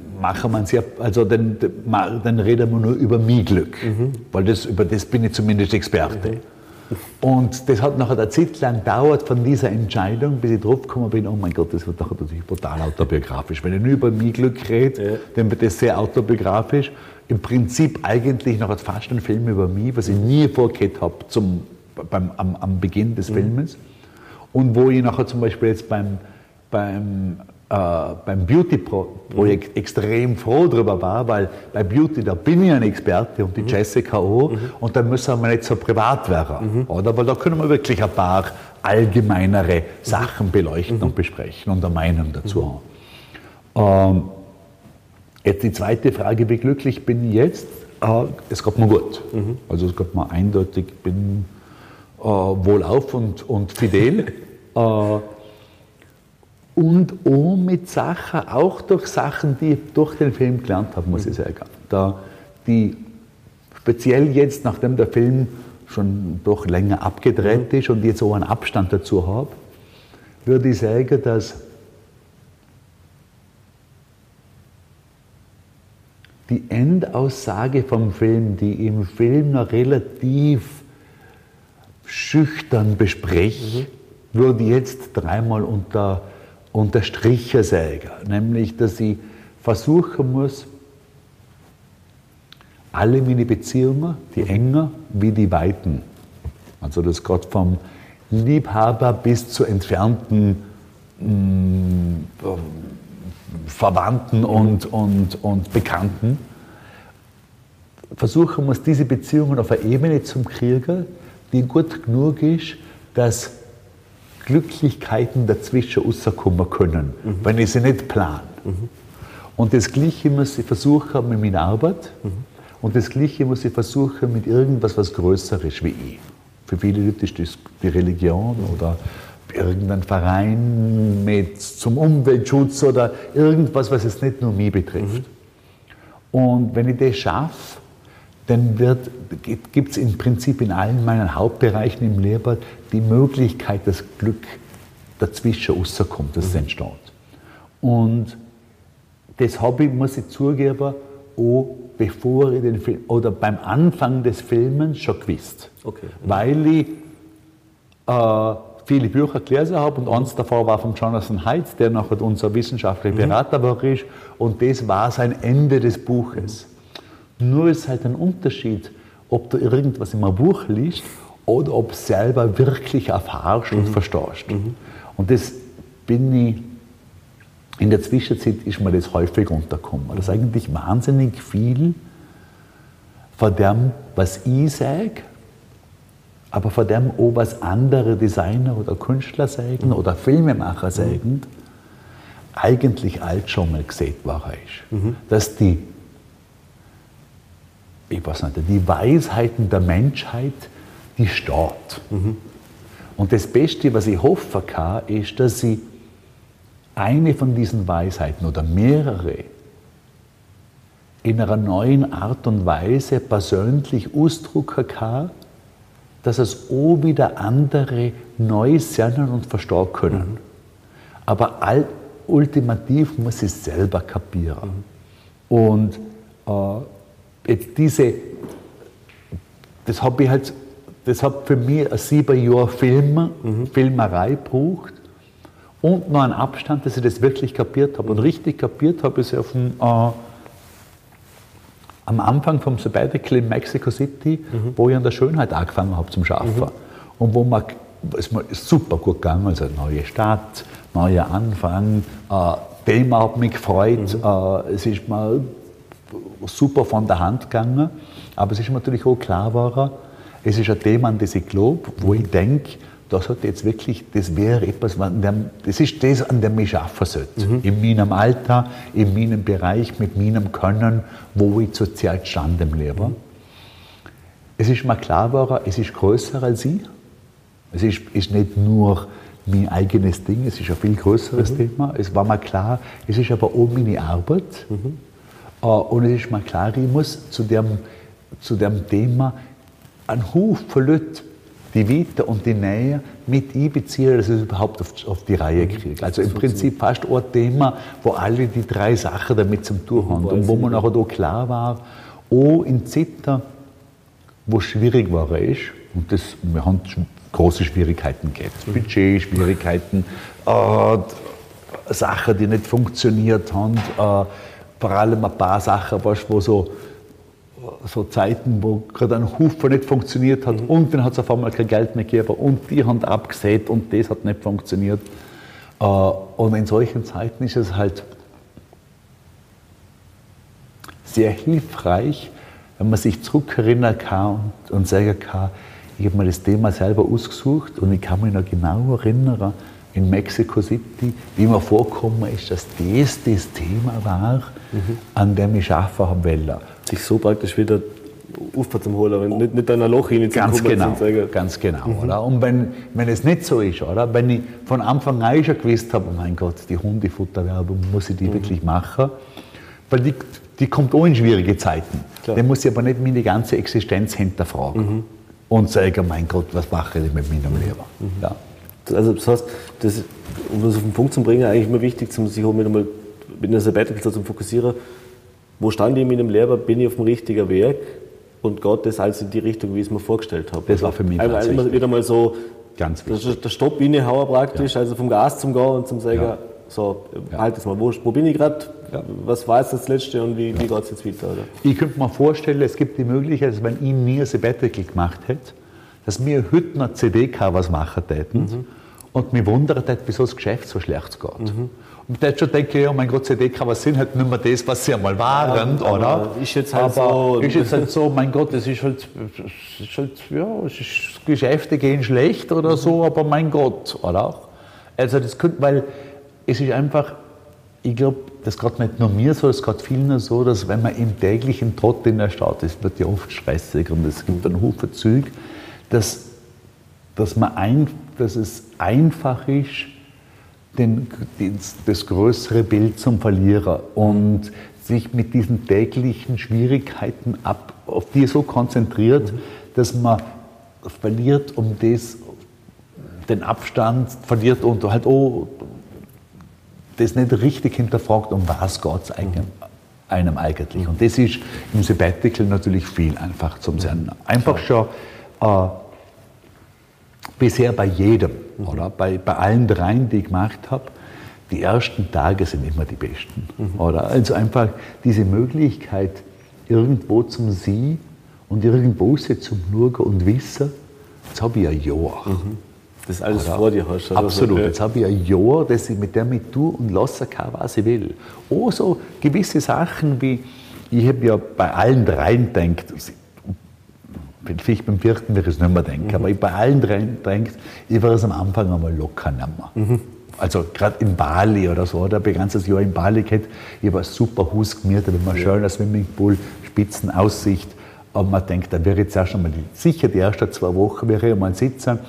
reden wir nur über mein Glück. Weil über das bin ich zumindest Experte. Und das hat nachher eine Zeit lang gedauert von dieser Entscheidung, bis ich drauf gekommen bin, oh mein Gott, das wird nachher natürlich brutal autobiografisch. Wenn ich nur über mein Glück rede, dann wird das sehr autobiografisch. Im Prinzip eigentlich noch fast ein Film über mich, was ich nie vorgehabt habe am Beginn des Filmes. Und wo ich nachher zum Beispiel jetzt beim Beauty-Projekt extrem froh darüber war, weil bei Beauty, da bin ich ein Experte und die Jessica auch, und da müssen wir nicht so privat werden. Oder? Weil da können wir wirklich ein paar allgemeinere Sachen beleuchten und besprechen und eine Meinung dazu haben. Jetzt die zweite Frage, wie glücklich bin ich jetzt? Es geht mir gut. Also es geht mir eindeutig, ich bin wohlauf und fidel. Und auch mit Sachen, auch durch Sachen, die ich durch den Film gelernt habe, muss ich sagen. Speziell jetzt, nachdem der Film schon doch länger abgedreht ist und jetzt auch einen Abstand dazu habe, würde ich sagen, dass die Endaussage vom Film, die ich im Film noch relativ schüchtern bespreche, würde ich jetzt dreimal unterstrichen sagen, nämlich, dass ich versuchen muss, alle meine Beziehungen, die engen wie die weiten, also das geht vom Liebhaber bis zu entfernten Verwandten und Bekannten, versuchen muss, diese Beziehungen auf eine Ebene zu kriegen, die gut genug ist, dass Glücklichkeiten dazwischen rauskommen können, wenn ich sie nicht plane. Und das Gleiche muss ich versuchen mit meiner Arbeit und das Gleiche muss ich versuchen mit irgendwas, was größer ist wie ich. Für viele Leute ist das die Religion oder irgendein Verein zum Umweltschutz oder irgendwas, was es nicht nur mich betrifft. Und wenn ich das schaffe, dann gibt es im Prinzip in allen meinen Hauptbereichen im Leben die Möglichkeit, dass Glück dazwischen rauskommt, dass es entsteht. Und das habe ich, muss ich zugeben, auch bevor ich den Film, oder beim Anfang des Films schon gewusst. Okay. Weil ich viele Bücher gelesen habe und eins davon war von Jonathan Haidt, der nachher unser wissenschaftlicher Berater war, und das war sein Ende des Buches. Nur ist halt ein Unterschied, ob du irgendwas in einem Buch liest oder ob du selber wirklich erfährst und verstehst. Und das bin ich, in der Zwischenzeit ist mir das häufig untergekommen. Das ist eigentlich wahnsinnig viel von dem, was ich sage, aber von dem auch, was andere Designer oder Künstler sagen oder Filmemacher sagen, eigentlich alt schon mal gesehen war. Dass die Weisheiten der Menschheit, die steht. Und das Beste, was ich hoffen kann, ist, dass ich eine von diesen Weisheiten oder mehrere in einer neuen Art und Weise persönlich ausdrücken kann, dass es auch wieder andere neu sehen und verstehen können. Aber ultimativ muss ich es selber kapieren. Und jetzt das hat für mich 7 Jahre Filmerei gebraucht und noch einen Abstand, dass ich das wirklich kapiert habe. Und richtig kapiert habe ich es am Anfang vom Sabbatical in Mexico City, wo ich an der Schönheit angefangen habe zum Schaffen. Und wo es mir super gut gegangen, also neue Stadt, neuer Anfang, Thema hat mich gefreut, es ist mir super von der Hand gegangen, aber es ist mir natürlich auch klar geworden, es ist ein Thema, an das ich glaube, wo ich denke, das wäre etwas, das ist das, an dem ich arbeiten sollte. In meinem Alter, in meinem Bereich, mit meinem Können, wo ich zurzeit stand im Leben. Es ist mir klar geworden, es ist größer als ich. Es ist nicht nur mein eigenes Ding, es ist ein viel größeres Thema. Es war mir klar, es ist aber auch meine Arbeit. Und es ist mir klar, ich muss zu dem Thema einen Haufen Leute, die Weite und die Nähe mit einbeziehen, dass ich es überhaupt auf die Reihe kriege. Also im Prinzip fast ein Thema, wo alle die 3 Sachen damit zum tun haben. Und wo man nachher da klar war, auch in Zeiten, wo es schwierig war, und wir haben große Schwierigkeiten gehabt. Budgetschwierigkeiten, Sachen, die nicht funktioniert haben, vor allem ein paar Sachen, wo so Zeiten, wo gerade ein Haufen nicht funktioniert hat und dann hat es auf einmal kein Geld mehr gegeben und die haben abgesät und das hat nicht funktioniert. Und in solchen Zeiten ist es halt sehr hilfreich, wenn man sich zurückerinnern kann und sagen kann, ich habe mir das Thema selber ausgesucht und ich kann mich noch genau erinnern, in Mexico City, wie mir vorgekommen ist, dass das Thema war, an dem ich arbeiten haben wollte. Sich so praktisch wieder aufzuholen, holen, nicht in ein Loch hinein zu kommen. Ganz genau. Oder? Und wenn es nicht so ist, oder? Wenn ich von Anfang an schon gewusst habe, oh mein Gott, die Hundefutterwerbung, muss ich die wirklich machen, weil die kommt auch in schwierige Zeiten. Klar. Dann muss ich aber nicht meine ganze Existenz hinterfragen und sagen, mein Gott, was mache ich mit meinem Leben? Ja. Also das heißt, um das auf den Punkt zu bringen, eigentlich immer wichtig, sich auch mit einer Sabbatical zu fokussieren, wo stand ich in meinem Leben, bin ich auf dem richtigen Weg und geht das alles in die Richtung, wie ich es mir vorgestellt habe. Das war für mich ganz wichtig. Immer wieder mal so ganz wichtig. Der Stopp reinhauen praktisch, also vom Gas zum Gehen und zum sagen, so, halt jetzt mal, wo bin ich gerade, was war jetzt das Letzte und wie geht es jetzt weiter? Oder? Ich könnte mir vorstellen, es gibt die Möglichkeit, dass wenn ich nie ein Sabbatical gemacht hätte, dass wir heute noch CD-Covers machen täten und mich wundern hätte, wieso das Geschäft so schlecht geht. Und dann schon denke ich, oh mein Gott, CD-Covers sind halt nicht mehr das, was sie einmal waren, oder? Ist jetzt halt so, mein Gott, das Geschäfte gehen schlecht oder so, aber mein Gott, oder? Also das könnte, weil es ist einfach, ich glaube, das geht nicht nur mir so, es geht vielen so, dass wenn man im täglichen Trott in der Stadt ist, wird ja oft stressig und es gibt einen Haufen Züge, dass es einfach ist, das größere Bild zum Verlieren und sich mit diesen täglichen Schwierigkeiten auf die so konzentriert, dass man verliert den Abstand verliert und halt das nicht richtig hinterfragt, um was geht es einem eigentlich. Und das ist im Sabbatical natürlich viel einfach zum Sehen. Einfach schon bisher bei jedem, oder? Bei allen 3, die ich gemacht habe, die ersten Tage sind immer die besten. Oder? Also einfach diese Möglichkeit, irgendwo zum Sein und irgendwo zum Schauen und Wissen, jetzt habe ich ein Jahr. Das ist alles vor dir hast. Absolut. Jetzt habe ich ein Jahr, das ich mit dem ich tue und lassen kann, was ich will. Auch so gewisse Sachen wie, ich habe ja bei allen 3 gedacht, vielleicht beim 4. würde ich es nicht mehr denken, aber ich bei allen 3 gedacht, ich war es am Anfang einmal locker nicht mehr. Also gerade in Bali oder so, da habe ich ein ganzes Jahr in Bali gehabt, ich habe ein super Haus gemietet, ein schöner Swimmingpool, Spitzenaussicht. Aber man denkt, da wäre jetzt erst einmal sicher die ersten 2 Wochen wäre ich mal sitzen,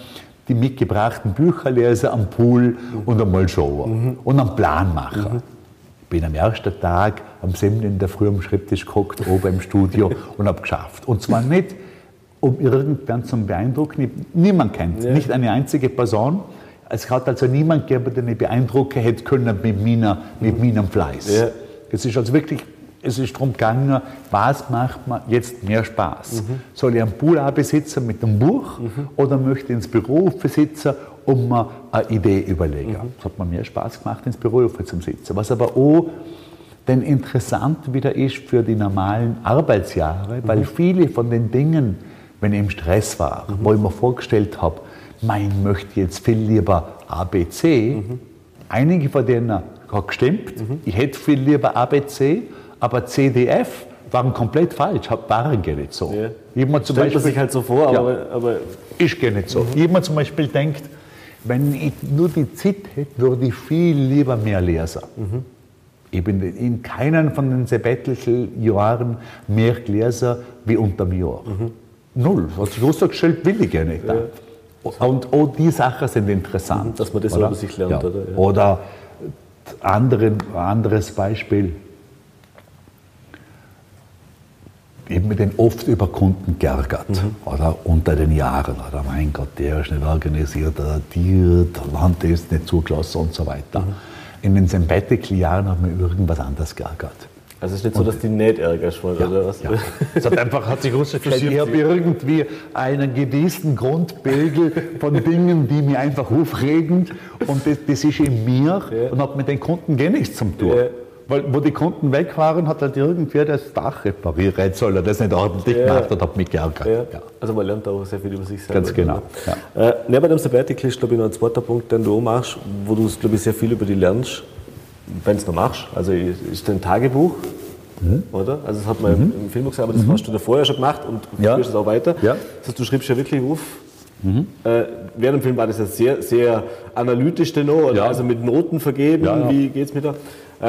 die mitgebrachten Bücher lesen am Pool und einmal schauen und einen Plan machen. Ich bin am ersten Tag am 7. in der Früh am Schreibtisch gehockt, oben im Studio und habe geschafft. Und zwar nicht, um irgendwann zu beeindrucken, niemand kennt, nicht eine einzige Person. Es hat also niemand gegeben, den ich beeindrucken hätte können mit meinem Fleiß. Ja. Es ist also wirklich, es ist darum gegangen, was macht mir jetzt mehr Spaß? Soll ich am Pool sitzen mit einem Buch oder möchte ich ins Büro sitzen und mir eine Idee überlegen? Es hat mir mehr Spaß gemacht, ins Büro zu sitzen. Was aber auch dann interessant wieder ist für die normalen Arbeitsjahre, weil viele von den Dingen, wenn ich im Stress war, wo ich mir vorgestellt habe, ich möchte jetzt viel lieber ABC, einige von denen hat gestimmt, ich hätte viel lieber ABC, aber CDF waren komplett falsch, waren gar nicht so. Ja. Stellt man sich halt so vor, aber ist gar nicht so. Ich mir zum Beispiel denkt, wenn ich nur die Zeit hätte, würde ich viel lieber mehr lesen. Ich bin in keinem von den Sabbatical-Jahren mehr gelesen wie unter dem Jahr. Null. Hast du gestellt, will ich gar nicht. Ja. Und auch die Sachen sind interessant. Dass man das über sich lernt, ja. oder? Ja. Oder anderes Beispiel. Ich habe mich dann oft über Kunden geärgert, oder unter den Jahren. Oder mein Gott, der ist nicht organisiert, oder der Land ist nicht zugelassen und so weiter. In den Sabbatical-Jahren hat mich irgendwas anderes geärgert. Also es ist nicht so, dass die nicht ärgerst, oder was? Ja. Es hat sich herausgestellt, ich habe irgendwie einen gewissen Grundpegel von Dingen, die mich einfach aufregen, und das ist in mir und hat mit den Kunden gar nichts zu tun. Ja. Weil, wo die Kunden weg waren, hat halt irgendwer das Dach repariert, soll er das nicht ordentlich gemacht und hat mich geärgert. Ja. Ja. Also man lernt auch sehr viel über sich selber. Ganz genau. Ja. Bei dem Sabbatical ist, glaube ich, noch ein zweiter Punkt, den du auch machst, wo du, glaube ich, sehr viel über die lernst, wenn du es noch machst. Also ist dein Tagebuch, oder? Also das hat man im Film gesagt, aber das hast du da vorher schon gemacht und du führst es auch weiter. Ja. Das heißt, du schreibst ja wirklich auf. Während dem Film war das ja sehr, sehr analytisch denn auch, also mit Noten vergeben, wie geht es mit da?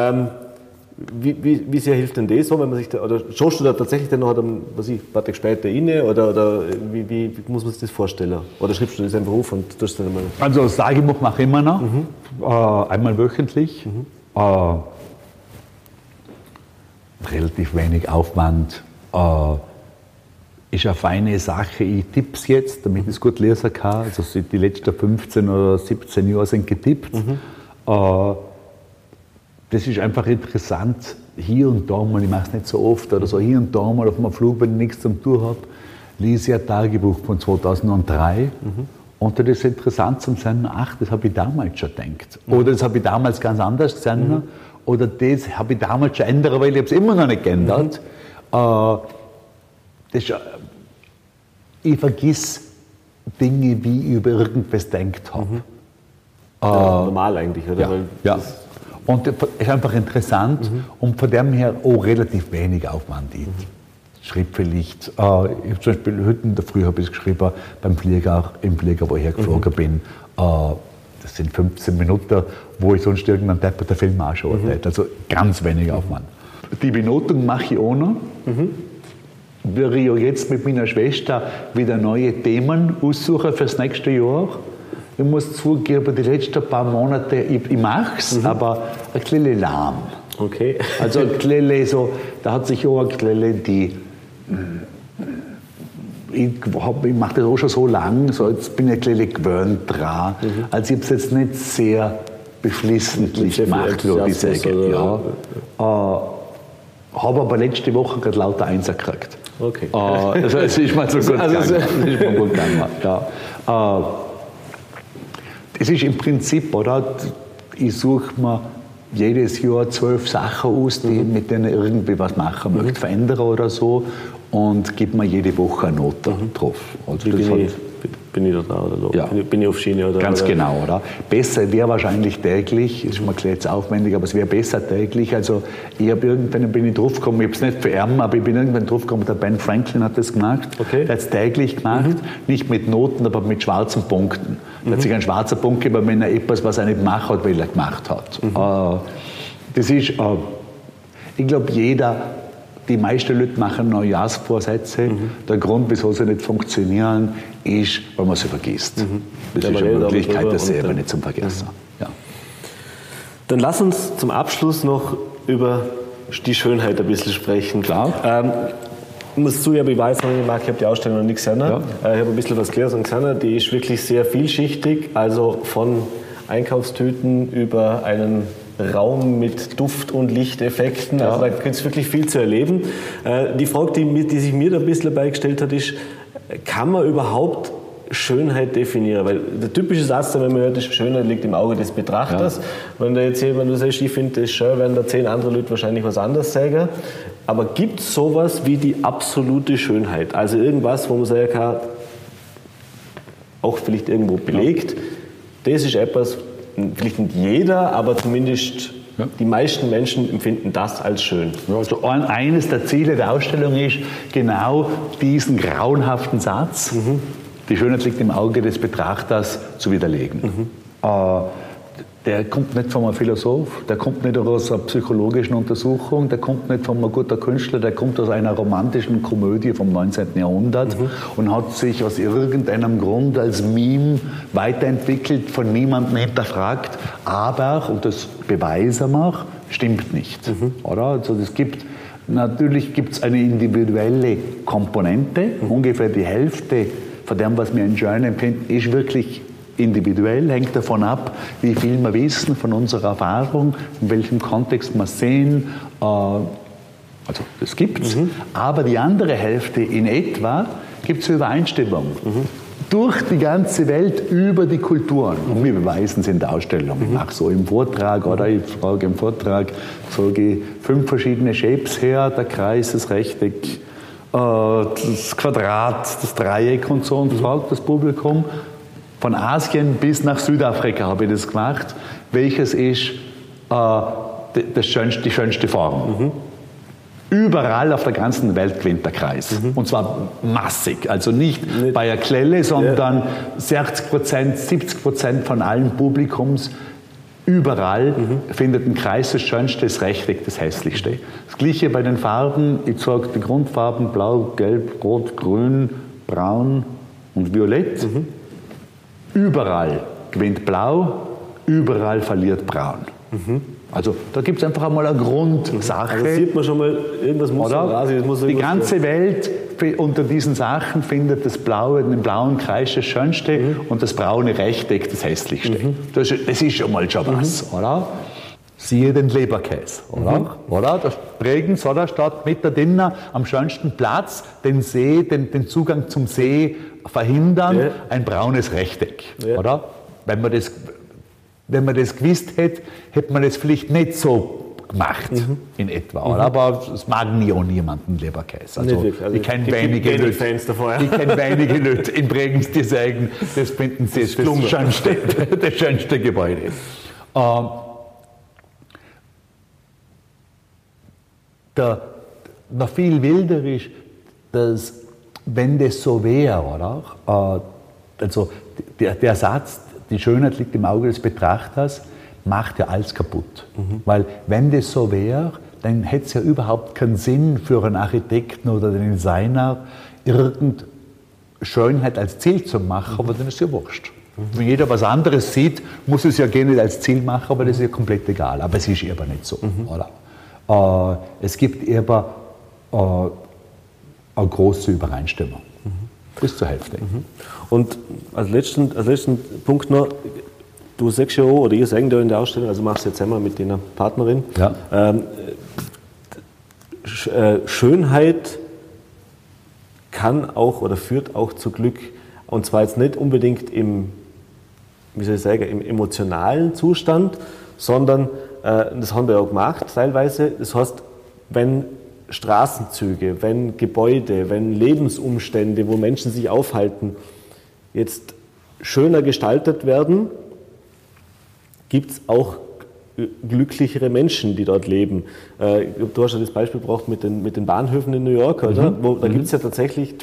Wie sehr hilft denn das so, wenn man sich da, oder schaust du da tatsächlich dann noch ein paar Tage später rein, oder wie muss man sich das vorstellen? Oder schreibst du das einfach auf und tust dann einmal? Also das Tagebuch mache ich immer noch, einmal wöchentlich. Relativ wenig Aufwand. Ist eine feine Sache. Ich tippe es jetzt, damit ich es gut lesen kann. Also die letzten 15 oder 17 Jahre sind getippt. Das ist einfach interessant, hier und da mal, ich mache es nicht so oft, oder so hier und da mal auf einem Flug, wenn ich nichts zum Tun habe, lese ich ein Tagebuch von 2003. Und das ist interessant zum Sehen, ach, das habe ich damals schon gedacht. Oder das habe ich damals ganz anders gesehen. Oder das habe ich damals schon ändert, weil ich habe es immer noch nicht geändert. Ich vergiss Dinge, wie ich über irgendwas gedacht habe. Normal eigentlich, oder? Ja. Und es ist einfach interessant und von dem her auch relativ wenig Aufwand. Ich schreibe vielleicht, ich zum Beispiel heute in der Früh habe ich es geschrieben, im Flieger, wo ich hergeflogen bin. Das sind 15 Minuten, wo ich sonst irgendeinen depperten Film anschauen hätte. Also ganz wenig Aufwand. Die Benotung mache ich auch noch. Würde ich ja jetzt mit meiner Schwester wieder neue Themen aussuchen für das nächste Jahr. Ich muss zugeben, die letzten paar Monate, ich mache es, aber ein bisschen lahm. Okay. Also ein bisschen so, da hat sich auch ein bisschen die... Ich mache das auch schon so lang, so jetzt bin ich ein bisschen gewöhnt dran. Also ich habe es jetzt nicht sehr beflissentlich gemacht, würde ich sagen. Habe aber letzte Woche gerade lauter Einser gekriegt. Okay. Also es ist mal so gut gegangen. Es ist im Prinzip, oder? Ich suche mir jedes Jahr 12 Sachen aus, mit denen ich irgendwie was machen möchte, verändern oder so, und gebe mir jede Woche eine Note drauf. Also bin ich da dran, oder? Ja. Bin ich auf Schiene, oder? Ganz genau, oder? Besser wäre wahrscheinlich täglich, ist mir jetzt aufwendig, aber es wäre besser täglich. Also ich habe irgendwann bin ich draufgekommen, ich habe es nicht für ihn, aber ich bin irgendwann draufgekommen, der Ben Franklin hat das gemacht. Okay. Der hat es täglich gemacht, nicht mit Noten, aber mit schwarzen Punkten. Er hat sich einen schwarzen Punkt gegeben, wenn er etwas, was er nicht gemacht hat, weil er gemacht hat. Das ist, ich glaube, jeder die meisten Leute machen Neujahrsvorsätze. Der Grund, wieso sie nicht funktionieren, ist, weil man sie vergisst. Das ist eine Möglichkeit, das selber nicht zum Vergessen. Ja. Dann lass uns zum Abschluss noch über die Schönheit ein bisschen sprechen. Klar. Ich muss zugeben, ich weiß noch nicht, ich habe die Ausstellung noch nicht gesehen. Ja. Ich habe ein bisschen was gelesen und gesehen. Die ist wirklich sehr vielschichtig, also von Einkaufstüten über einen Raum mit Duft- und Lichteffekten. Ja. Also da gibt es wirklich viel zu erleben. Die Frage, die sich mir da ein bisschen dabei gestellt hat, ist, kann man überhaupt Schönheit definieren? Weil der typische Satz, wenn man hört, Schönheit liegt im Auge des Betrachters. Ja. Wenn du sagst, ich finde das schön, werden da 10 andere Leute wahrscheinlich was anderes sagen. Aber gibt es sowas wie die absolute Schönheit? Also irgendwas, wo man sagen kann, auch vielleicht irgendwo belegt, das ist etwas, vielleicht nicht jeder, aber zumindest die meisten Menschen empfinden das als schön. Also eines der Ziele der Ausstellung ist, genau diesen grauenhaften Satz, die Schönheit liegt im Auge des Betrachters, zu widerlegen. Der kommt nicht von einem Philosoph, der kommt nicht aus einer psychologischen Untersuchung, der kommt nicht von einem guten Künstler, der kommt aus einer romantischen Komödie vom 19. Jahrhundert und hat sich aus irgendeinem Grund als Meme weiterentwickelt, von niemandem hinterfragt, aber, und das beweisen wir, stimmt nicht. Oder? Also natürlich gibt es eine individuelle Komponente, ungefähr die Hälfte von dem, was wir schön empfinden, ist wirklich individuell, hängt davon ab, wie viel wir wissen von unserer Erfahrung, in welchem Kontext wir sehen. Also das gibt's. Aber die andere Hälfte in etwa gibt es Übereinstimmung. Durch die ganze Welt, über die Kulturen. Und wir beweisen es in der Ausstellung. Ich mache so im Vortrag, oder ich frage im Vortrag, sage 5 verschiedene Shapes her, der Kreis, das Rechteck, das Quadrat, das Dreieck und so, und fragt das Publikum, von Asien bis nach Südafrika habe ich das gemacht. Welches ist die schönste Form? Überall auf der ganzen Welt gewinnt der Kreis. Und zwar massig. Also nicht bei einer Klelle, sondern 60%, 70% von allen Publikums. Überall findet ein Kreis das Schönste, das Rechteck das Hässlichste. Das Gleiche bei den Farben. Ich sage die Grundfarben Blau, Gelb, Rot, Grün, Braun und Violett. Überall gewinnt Blau, überall verliert Braun. Also da gibt es einfach einmal eine Grundsache. Also sieht man schon mal, irgendwas muss raus. Die ganze Welt unter diesen Sachen findet das Blaue, den blauen Kreis das Schönste und das braune Rechteck das Hässlichste. Das ist schon mal was, oder? Siehe den Leberkäse, oder? Das Bregenz, oder? Statt mit der Dinner am schönsten Platz, den See, den Zugang zum See verhindern, ein braunes Rechteck, oder? Wenn man das gewusst hätte, hätte man das vielleicht nicht so gemacht, in etwa, oder? Aber es mag niemanden Leberkäse. Also, ich kenne wenige Leute in Bregenz, die sagen, das finden sie das schönste Gebäude. Noch viel wilder ist, dass, wenn das so wäre, oder? Also der Satz, die Schönheit liegt im Auge des Betrachters, macht ja alles kaputt. Weil wenn das so wäre, dann hätte es ja überhaupt keinen Sinn für einen Architekten oder den Designer, irgendeine Schönheit als Ziel zu machen, aber dann ist es ja wurscht. Wenn jeder was anderes sieht, muss es ja gerne nicht als Ziel machen, aber das ist ja komplett egal. Aber es ist aber nicht so, oder? Es gibt aber eine große Übereinstimmung. Bis zur Hälfte. Und als letzten Punkt noch, du sagst ja auch, oder ihr sagt ja in der Ausstellung, also machst du jetzt einmal mit deiner Partnerin, Schönheit kann auch oder führt auch zu Glück. Und zwar jetzt nicht unbedingt im emotionalen Zustand, sondern, das haben wir auch gemacht teilweise, das heißt, wenn Straßenzüge, wenn Gebäude, wenn Lebensumstände, wo Menschen sich aufhalten, jetzt schöner gestaltet werden, gibt es auch glücklichere Menschen, die dort leben. Du hast ja das Beispiel gebracht mit den Bahnhöfen in New York, oder? Da gibt es ja tatsächlich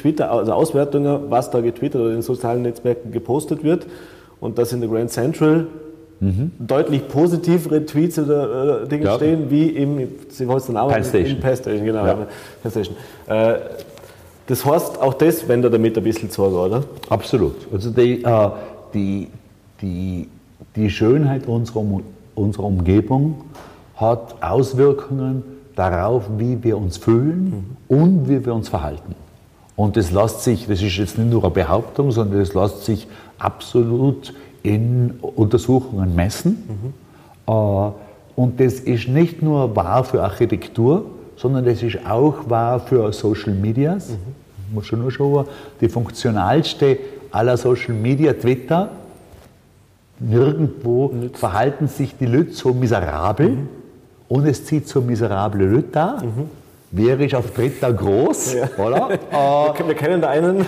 Auswertungen, was da getwittert oder in sozialen Netzwerken gepostet wird. Und dass in der Grand Central deutlich positivere Tweets oder Dinge stehen, wie im Paystation, genau. Ja. Paystation. Das heißt, auch das wendet damit ein bisschen Sorge, oder? Absolut. Also die Schönheit unserer Umgebung hat Auswirkungen darauf, wie wir uns fühlen und wie wir uns verhalten. Und das ist jetzt nicht nur eine Behauptung, sondern das lässt sich absolut in Untersuchungen messen. Und das ist nicht nur wahr für Architektur, sondern das ist auch wahr für Social Medias. Ich muss schon nur schauen, die funktionalste aller Social Media, Twitter, nirgendwo verhalten sich die Leute so miserabel und es zieht so miserable Leute da. Wer ist auf Twitter groß, oder? Wir kennen da einen.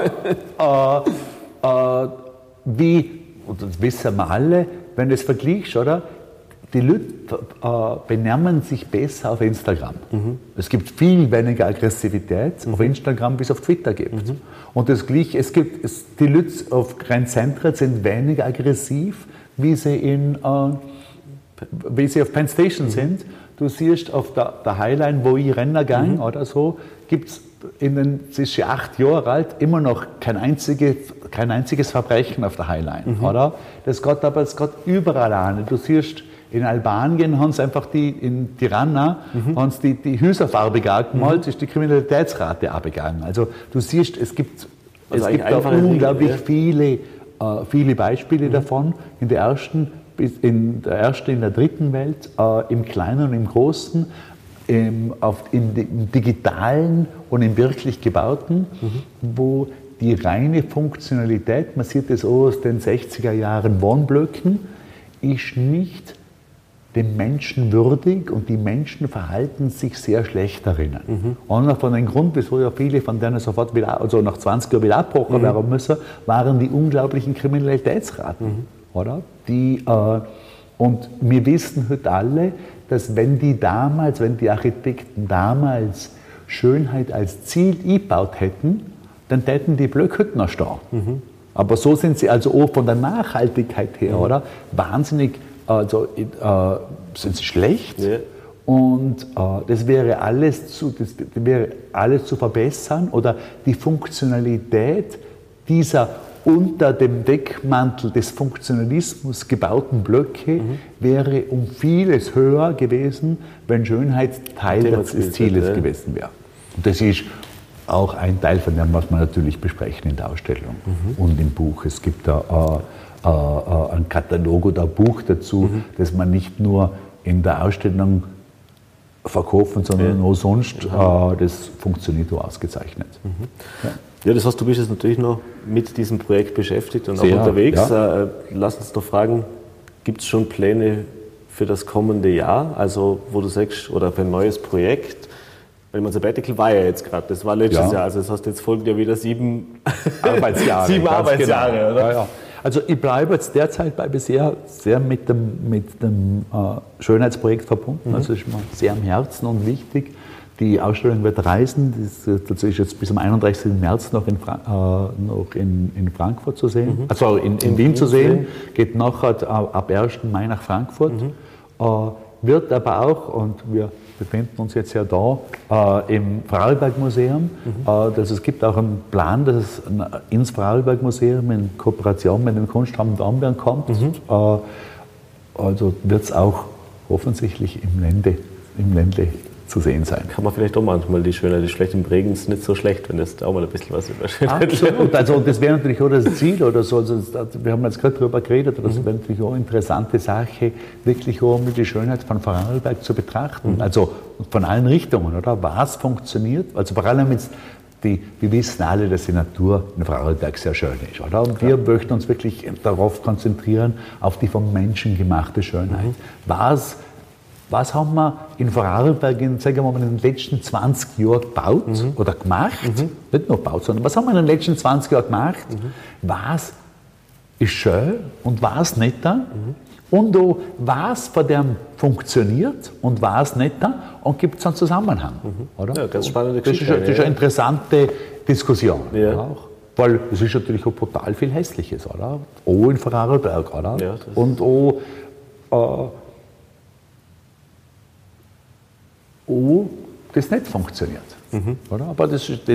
Und das wissen wir alle, wenn du es vergleichst, oder? Die Leute benehmen sich besser auf Instagram. Es gibt viel weniger Aggressivität auf Instagram, wie es auf Twitter gibt. Und das Gleiche, die Leute auf Grand Central sind weniger aggressiv, wie sie auf Penn Station sind. Du siehst auf der Highline, wo ich Renner gang oder so, gibt es das ist schon 8 Jahre alt, immer noch kein einziges Verbrechen auf der Highline, oder? Das geht überall an. Du siehst, in Albanien haben sie einfach in Tirana haben sie die Häuser farbig angemalt, ist die Kriminalitätsrate abgegangen. Also du siehst, es gibt da unglaublich viele Beispiele davon. In der ersten, in der dritten Welt, im Kleinen und im Großen, im digitalen und im wirklich gebauten, wo die reine Funktionalität, man sieht das auch aus den 60er Jahren Wohnblöcken, ist nicht dem Menschen würdig und die Menschen verhalten sich sehr schlecht darin. Und von dem Grund, wieso ja viele von denen sofort wieder, also nach 20 Jahren wieder abgebrochen werden müssen, waren die unglaublichen Kriminalitätsraten. Oder? Und wir wissen heute alle, dass wenn die Architekten damals Schönheit als Ziel eingebaut hätten, dann täten die Blöcke heute noch stehen. Aber so sind sie also auch von der Nachhaltigkeit her, oder? Wahnsinnig, sind sie schlecht. Ja. Und das wäre alles zu verbessern oder die Funktionalität dieser unter dem Deckmantel des Funktionalismus gebauten Blöcke wäre um vieles höher gewesen, wenn Schönheit Teil des Zieles gewesen wäre. Und das ist auch ein Teil von dem, was wir natürlich besprechen in der Ausstellung und im Buch. Es gibt da einen Katalog oder ein Buch dazu, das man nicht nur in der Ausstellung verkaufen, sondern auch sonst. Das funktioniert auch ausgezeichnet. Ja, das heißt, du bist jetzt natürlich noch mit diesem Projekt beschäftigt und auch unterwegs. Ja. Lass uns doch fragen, gibt es schon Pläne für das kommende Jahr? Also, wo du sagst, oder für ein neues Projekt? Weil mein Sabbatical war ja jetzt gerade, das war letztes Jahr. Also das heißt, jetzt folgen ja wieder 7 Arbeitsjahre. 7 Arbeitsjahre, genau. Oder? Ja. Also ich bleibe jetzt derzeit bisher sehr mit dem Schönheitsprojekt verbunden. Also ist mir sehr am Herzen und wichtig. Die Ausstellung wird reisen, das ist jetzt bis am 31. März noch in Frankfurt zu sehen, also in Wien zu sehen, geht nachher ab 1. Mai nach Frankfurt, wird aber auch, und wir befinden uns jetzt ja da, im Vorarlberg-Museum. Es gibt auch einen Plan, dass es ins Vorarlberg-Museum in Kooperation mit dem Kunstraum Dornbirn kommt. Also wird es auch offensichtlich im Ländle zu sehen sein. Kann man vielleicht auch manchmal die Schönheit, die schlecht im Bregenz nicht so schlecht, wenn das da auch mal ein bisschen was über Schönheit. Absolut, also das wäre natürlich auch das Ziel oder so. Also wir haben jetzt gerade darüber geredet, das wäre natürlich auch eine interessante Sache, wirklich auch mit die Schönheit von Vorarlberg zu betrachten. Also von allen Richtungen, oder? Was funktioniert? Also vor allem jetzt wir wissen alle, dass die Natur in Vorarlberg sehr schön ist, oder? Und wir möchten uns wirklich darauf konzentrieren, auf die vom Menschen gemachte Schönheit. Was haben wir in Vorarlberg in den letzten 20 Jahren gebaut oder gemacht? Nicht nur gebaut, sondern was haben wir in den letzten 20 Jahren gemacht? Was ist schön und was nicht da? Und auch was von dem funktioniert und was nicht da? Und gibt es einen Zusammenhang? Oder? Ja, ganz spannende Geschichte. Das ist eine interessante Diskussion. Ja. Weil es ist natürlich auch brutal viel Hässliches, oder? Auch in Vorarlberg, oder? Ja, und auch das nicht funktioniert. Oder? Aber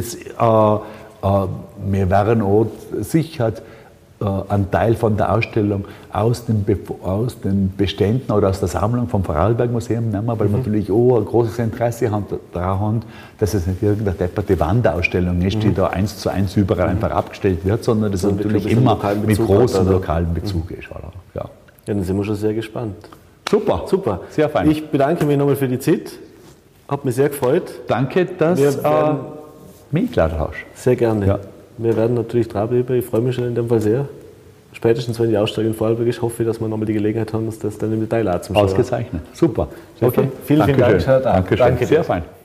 wir werden auch sicher einen Teil von der Ausstellung aus den Beständen oder aus der Sammlung vom Vorarlberg-Museum nehmen, weil wir natürlich auch ein großes Interesse daran haben, dass es nicht irgendeine depperte Wandausstellung ist, die da 1:1 überall einfach abgestellt wird, sondern dass es natürlich immer mit großem lokalen Bezug ist. Oder? Ja. Ja, dann sind wir schon sehr gespannt. Super, Super. Sehr fein. Ich bedanke mich nochmal für die Zeit. Hat mich sehr gefreut. Danke, dass du mich eingeladen hast. Sehr gerne. Ja. Wir werden natürlich dranbleiben. Ich freue mich schon in dem Fall sehr. Spätestens, wenn die Ausstellung in Vorarlberg ist, hoffe ich, dass wir nochmal die Gelegenheit haben, uns das dann im Detail anzuschauen. Ausgezeichnet. Super. Okay. Vielen Dank. Dankeschön. Sehr fein.